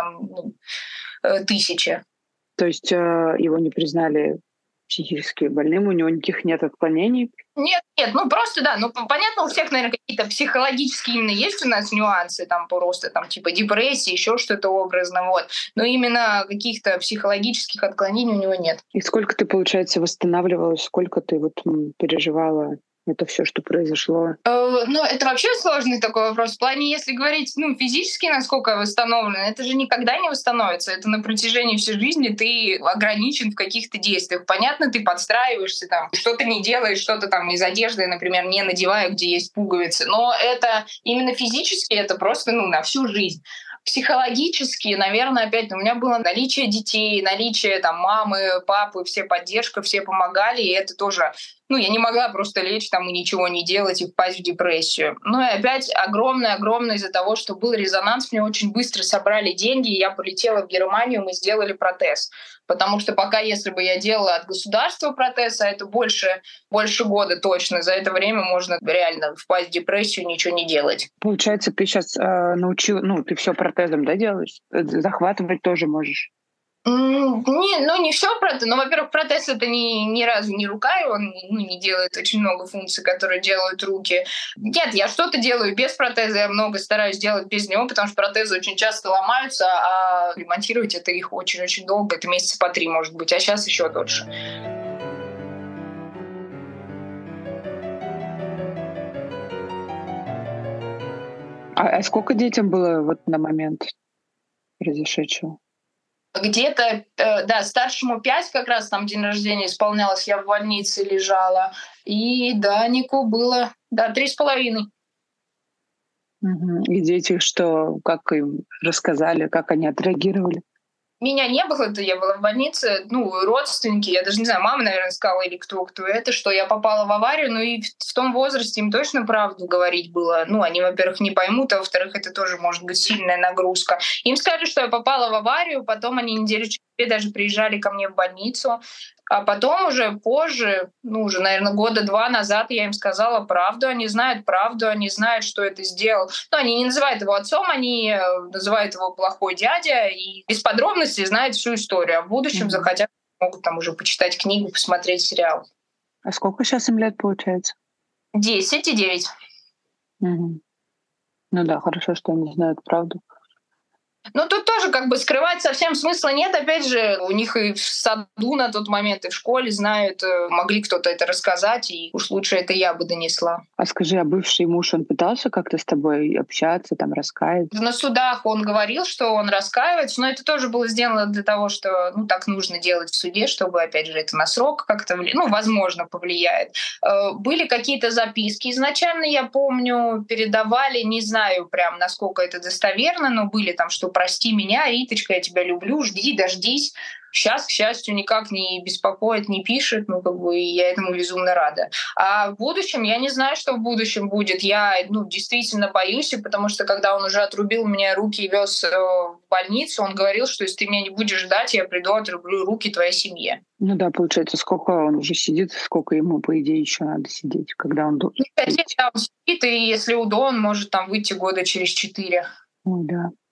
тысячи. То есть его не признали психически больным, у него никаких нет отклонений? Нет, просто да. Понятно, у всех, наверное, какие-то психологические именно есть у нас нюансы, просто депрессия, еще что-то образно, Но именно каких-то психологических отклонений у него нет. И сколько ты, получается, восстанавливалась, сколько ты переживала это все, что произошло? Это вообще сложный такой вопрос. В плане, если говорить, физически, насколько восстановлено, это же никогда не восстановится. Это на протяжении всей жизни ты ограничен в каких-то действиях. Понятно, ты подстраиваешься, что-то не делаешь, что-то из одежды, например, не надеваю, где есть пуговицы. Но это именно физически, это просто, на всю жизнь. Психологически, наверное, опять у меня было наличие детей, наличие мамы, папы, все поддержка, все помогали, и это тоже, я не могла просто лечь и ничего не делать и впасть в депрессию. И опять огромное из-за того, что был резонанс, мне очень быстро собрали деньги, и я полетела в Германию, мы сделали протез. Потому что пока, если бы я делала от государства протез, а это больше года точно, за это время можно реально впасть в депрессию, ничего не делать. Получается, ты сейчас ты все протезом, да, делаешь? Захватывать тоже можешь? Не все протез. Во-первых, протез — это ни разу не рука, и он не делает очень много функций, которые делают руки. Нет, я что-то делаю без протеза, я много стараюсь делать без него, потому что протезы очень часто ломаются, а ремонтировать это их очень-очень долго, это месяца по 3, может быть, а сейчас еще дольше. А сколько детям было на момент произошедшего? Где-то, старшему 5 как раз, день рождения исполнялось, я в больнице лежала. И Данику было, 3,5. Угу. И дети как им рассказали, как они отреагировали? Меня не было, я была в больнице, родственники, я даже не знаю, мама, наверное, сказала, или кто это, что я попала в аварию, и в том возрасте им точно правду говорить было. Они, во-первых, не поймут, а во-вторых, это тоже может быть сильная нагрузка. Им сказали, что я попала в аварию, потом они неделю через 2 даже приезжали ко мне в больницу, а потом уже позже, уже, наверное, 2 года назад я им сказала правду, они знают правду, они знают, что это сделал. Они не называют его отцом, они называют его плохой дядя, и без подробностей знают всю историю. А в будущем захотят, могут уже почитать книгу, посмотреть сериал. А сколько сейчас им лет, получается? 10 и 9. Угу. Хорошо, что они знают правду. Тут тоже скрывать совсем смысла нет. Опять же, у них и в саду на тот момент, и в школе знают, могли кто-то это рассказать, и уж лучше это я бы донесла. А скажи, а бывший муж, он пытался как-то с тобой общаться, раскаяться? На судах он говорил, что он раскаивается, но это тоже было сделано для того, что так нужно делать в суде, чтобы, опять же, это на срок как-то, возможно, повлияет. Были какие-то записки. Изначально, я помню, передавали, не знаю прям, насколько это достоверно, но были что «Прости меня, Риточка, я тебя люблю, жди, дождись». Сейчас, к счастью, никак не беспокоит, не пишет, и я этому безумно рада. А в будущем, я не знаю, что в будущем будет. Я действительно боюсь, потому что когда он уже отрубил мне руки и вез в больницу, он говорил, что если ты меня не будешь ждать, я приду, отрублю руки твоей семье. Получается, сколько он уже сидит, сколько ему, по идее, еще надо сидеть, когда он должен? 5 лет он сидит, и если УДО, он может выйти года через 4. Ой, да.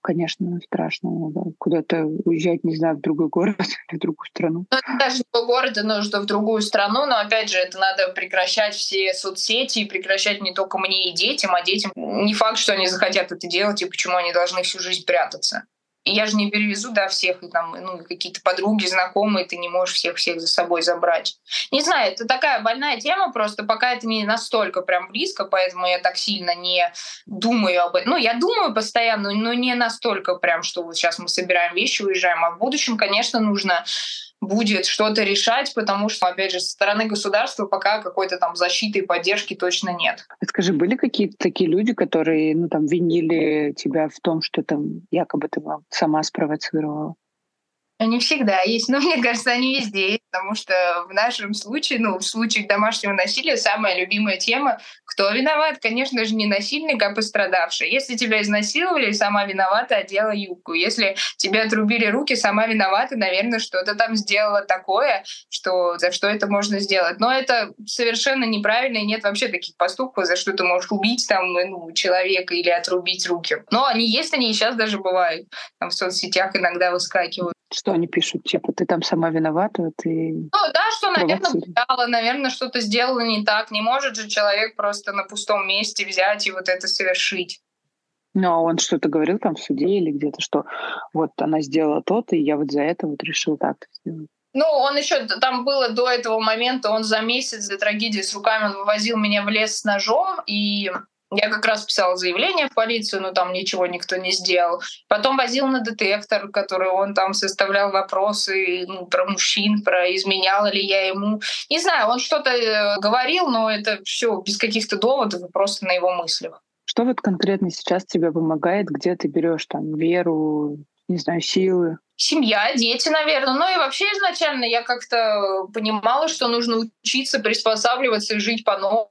конечно, страшно. Да. Куда-то уезжать, не знаю, в другой город или в другую страну. Ну, это даже не в город, но что в другую страну, но опять же, это надо прекращать все соцсети и прекращать не только мне и детям, а детям не факт, что они захотят это делать и почему они должны всю жизнь прятаться. И я же не перевезу, да, всех, и там, какие-то подруги, знакомые, ты не можешь всех за собой забрать. Не знаю, это такая больная тема, просто пока это не настолько прям близко, поэтому я так сильно не думаю об этом. Ну, я думаю постоянно, но не настолько прям, что вот сейчас мы собираем вещи, уезжаем. А в будущем, конечно, нужно будет что-то решать, потому что, опять же, со стороны государства пока какой-то там защиты и поддержки точно нет. Скажи, были какие-то такие люди, которые, винили тебя в том, что там якобы ты сама спровоцировала? Они всегда есть, но мне кажется, они везде есть, потому что в нашем случае, в случае домашнего насилия, самая любимая тема — кто виноват? Конечно же, не насильник, а пострадавший. Если тебя изнасиловали, сама виновата, одела юбку. Если тебе отрубили руки, сама виновата, наверное, что-то там сделала такое, за что это можно сделать. Но это совершенно неправильно, и нет вообще таких поступков, за что ты можешь убить человека или отрубить руки. Но они есть, они и сейчас даже бывают. Там в соцсетях иногда выскакивают. Что они пишут? Типа, ты там сама виновата, ты... Что, наверное, что-то сделала не так. Не может же человек просто на пустом месте взять и вот это совершить. Ну, а он что-то говорил там в суде или где-то, что вот она сделала то-то, и я вот за это вот решил так сделать? Он еще там было до этого момента, он за месяц до трагедии с руками он вывозил меня в лес с ножом, и я как раз писала заявление в полицию, но там ничего никто не сделал. Потом возил на детектор, который он там составлял вопросы про мужчин, про изменяла ли я ему. Не знаю, он что-то говорил, но это все без каких-то доводов и просто на его мыслях. Что вот конкретно сейчас тебе помогает? Где ты берешь там веру, не знаю, силы? Семья, дети, наверное. Ну и вообще изначально я как-то понимала, что нужно учиться, приспосабливаться и жить по-новому.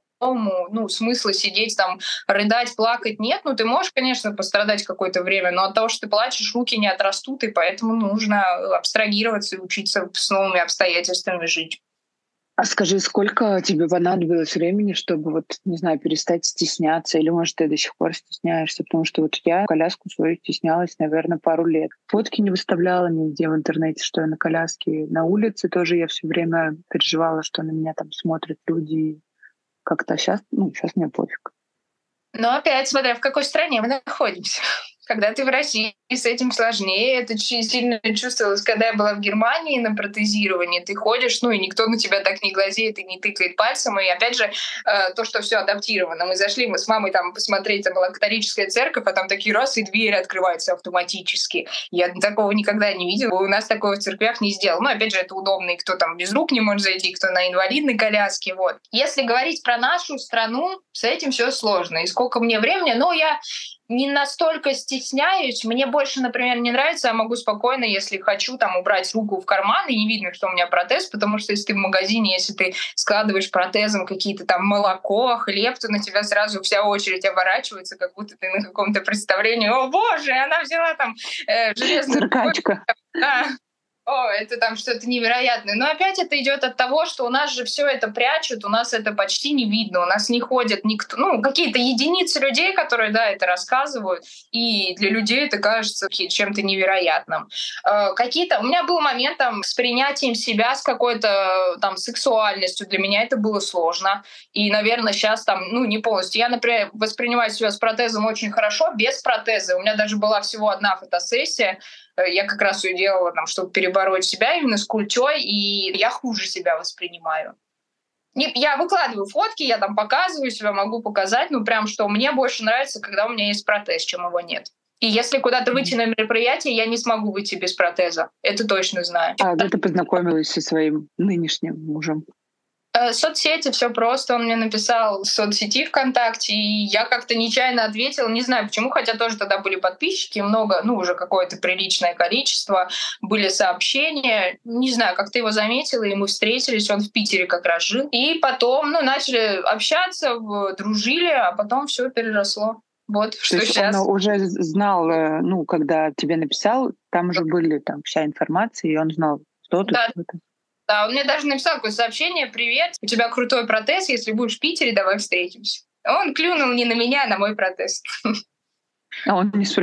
Смысла сидеть там, рыдать, плакать нет. Ты можешь, конечно, пострадать какое-то время, но от того, что ты плачешь, руки не отрастут, и поэтому нужно абстрагироваться и учиться с новыми обстоятельствами жить. А скажи, сколько тебе понадобилось времени, чтобы перестать стесняться? Или, может, ты до сих пор стесняешься? Потому что я коляску свою стеснялась, наверное, пару лет. Фотки не выставляла нигде в интернете, что я на коляске. На улице тоже я все время переживала, что на меня там смотрят люди. Как-то сейчас мне пофиг. Но опять, смотря в какой стране мы находимся. Когда ты в России, с этим сложнее. Это очень сильно чувствовалось, когда я была в Германии на протезировании. Ты ходишь, и никто на тебя так не глазеет и не тыкает пальцем. И опять же, то, что все адаптировано. Мы с мамой там посмотреть, там была католическая церковь, а там такие раз, и двери открываются автоматически. Я такого никогда не видела. У нас такого в церквях не сделал. Опять же, это удобно, и кто там без рук не может зайти, кто на инвалидной коляске. Вот. Если говорить про нашу страну, с этим все сложно. И сколько мне времени, я не настолько стесняюсь. Мне больше, например, не нравится, я могу спокойно, если хочу, убрать руку в карман, и не видно, что у меня протез, потому что если ты в магазине, если ты складываешь протезом какие-то там молоко, хлеб, то на тебя сразу вся очередь оборачивается, как будто ты на каком-то представлении. О, боже, она взяла там железную... Циркачка. Это там что-то невероятное. Но опять это идет от того, что у нас же все это прячут, у нас это почти не видно, у нас не ходит никто, какие-то единицы людей, которые, это рассказывают, и для людей это кажется чем-то невероятным. У меня был момент с принятием себя, с какой-то сексуальностью, для меня это было сложно, и, наверное, сейчас не полностью. Я, например, воспринимаю себя с протезом очень хорошо, без протеза. У меня даже была всего одна фотосессия. Я как раз ее делала, чтобы перебороть себя именно с культёй, и я хуже себя воспринимаю. Я выкладываю фотки, я показываю себя, могу показать, прям что мне больше нравится, когда у меня есть протез, чем его нет. И если куда-то выйти на мероприятие, я не смогу выйти без протеза. Это точно знаю. А где ты познакомилась со своим нынешним мужем? Соцсети, все просто. Он мне написал в соцсети ВКонтакте, и я как-то нечаянно ответила. Не знаю почему, хотя тоже тогда были подписчики, много, уже какое-то приличное количество, были сообщения. Не знаю, как-то его заметила, и мы встретились, он в Питере как раз жил. И потом, начали общаться, дружили, а потом все переросло. Вот, что сейчас. Он уже знал, когда тебе написал, там уже были вся информация, и он знал, что ты, что-то. Да, он мне даже написал такое сообщение: «Привет, у тебя крутой протез, если будешь в Питере, давай встретимся». Он клюнул не на меня, а на мой протез. А он не спросил,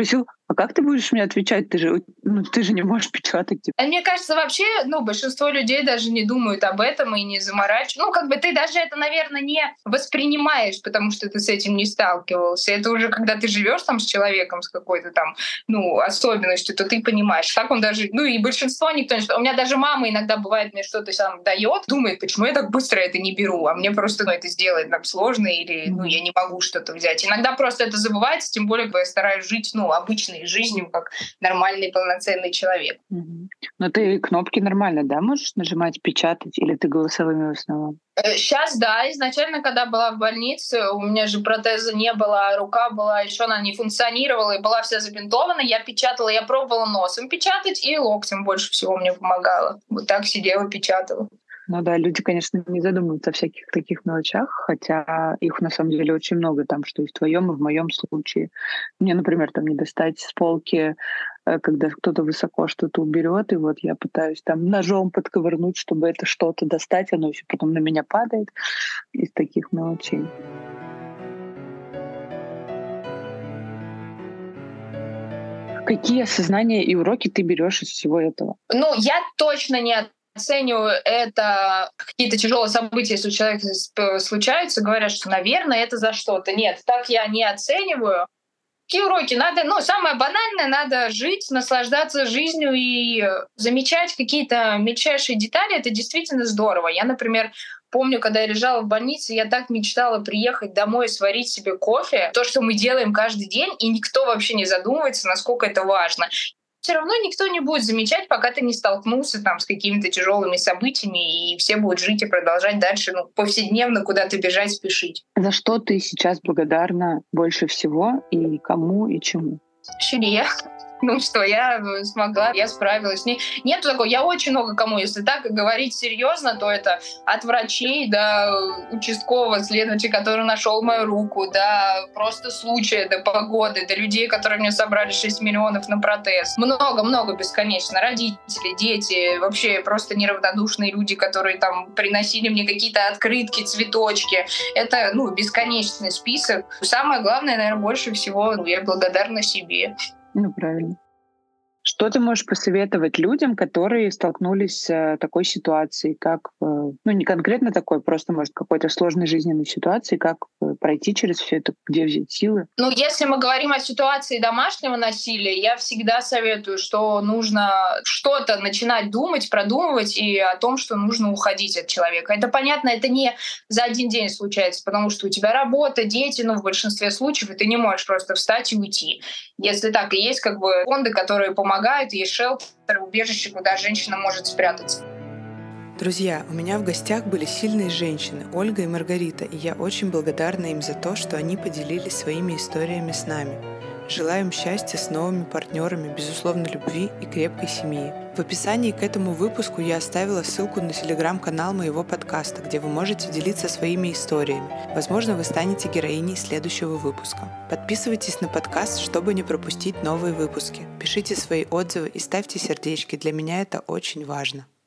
А как ты будешь мне отвечать? Ты же не можешь печатать. Мне кажется, вообще, большинство людей даже не думают об этом и не заморачиваются. Ты даже это, наверное, не воспринимаешь, потому что ты с этим не сталкивался. Это уже когда ты живешь там с человеком, с какой-то там, особенностью, то ты понимаешь. Так он даже, и большинство никто не... У меня даже мама иногда бывает мне что-то сам дает, думает, почему я так быстро это не беру, а мне просто, это сделать нам сложно или, я не могу что-то взять. Иногда просто это забывается, тем более, когда я стараюсь жить, обычной жизнью, как нормальный полноценный человек. Но ты кнопки нормально, да, можешь нажимать, печатать, или ты голосовыми в основном? Сейчас, да. Изначально, когда была в больнице, у меня же протеза не было, а рука была, еще она не функционировала и была вся забинтована. Я печатала, я пробовала носом печатать и локтем больше всего мне помогало. Вот так сидела, печатала. Ну да, люди, конечно, не задумываются о всяких таких мелочах, хотя их на самом деле очень много там, что и в твоем, и в моем случае. Мне, например, там не достать с полки, когда кто-то высоко что-то уберет, и вот я пытаюсь там ножом подковырнуть, чтобы это что-то достать, оно еще потом на меня падает из таких мелочей. Какие осознания и уроки ты берешь из всего этого? Я точно не оцениваю это какие-то тяжелые события, если у человека случаются, говорят, что, наверное, это за что-то. Нет, так я не оцениваю. Какие уроки? Надо, самое банальное, надо жить, наслаждаться жизнью и замечать какие-то мельчайшие детали. Это действительно здорово. Я, например, помню, когда я лежала в больнице, я так мечтала приехать домой и сварить себе кофе. То, что мы делаем каждый день, и никто вообще не задумывается, насколько это важно. Все равно никто не будет замечать, пока ты не столкнулся с какими-то тяжелыми событиями, и все будут жить и продолжать дальше повседневно куда-то бежать, спешить. За что ты сейчас благодарна больше всего, и кому, и чему? Шире. Что я смогла, я справилась. Нет такого. Я очень много кому, если так говорить серьезно, то это от врачей до участкового следователя, который нашел мою руку, до просто случая, до погоды, до людей, которые мне собрали 6 миллионов на протез. Много-много бесконечно. Родители, дети, вообще просто неравнодушные люди, которые там приносили мне какие-то открытки, цветочки. Это, бесконечный список. Самое главное, наверное, больше всего я благодарна себе. Правильно. Что ты можешь посоветовать людям, которые столкнулись с такой ситуацией, как, не конкретно такой, просто, может, какой-то сложной жизненной ситуации, как пройти через все это, где взять силы? Если мы говорим о ситуации домашнего насилия, я всегда советую, что нужно что-то начинать думать, продумывать и о том, что нужно уходить от человека. Это понятно, это не за один день случается, потому что у тебя работа, дети, в большинстве случаев, и ты не можешь просто встать и уйти. Если так и есть фонды, которые помогают, есть шелтеры, убежище, куда женщина может спрятаться. Друзья, у меня в гостях были сильные женщины, Ольга и Маргарита, и я очень благодарна им за то, что они поделились своими историями с нами. Желаю им счастья с новыми партнерами, безусловно, любви и крепкой семьи. В описании к этому выпуску я оставила ссылку на телеграм-канал моего подкаста, где вы можете делиться своими историями. Возможно, вы станете героиней следующего выпуска. Подписывайтесь на подкаст, чтобы не пропустить новые выпуски. Пишите свои отзывы и ставьте сердечки, для меня это очень важно.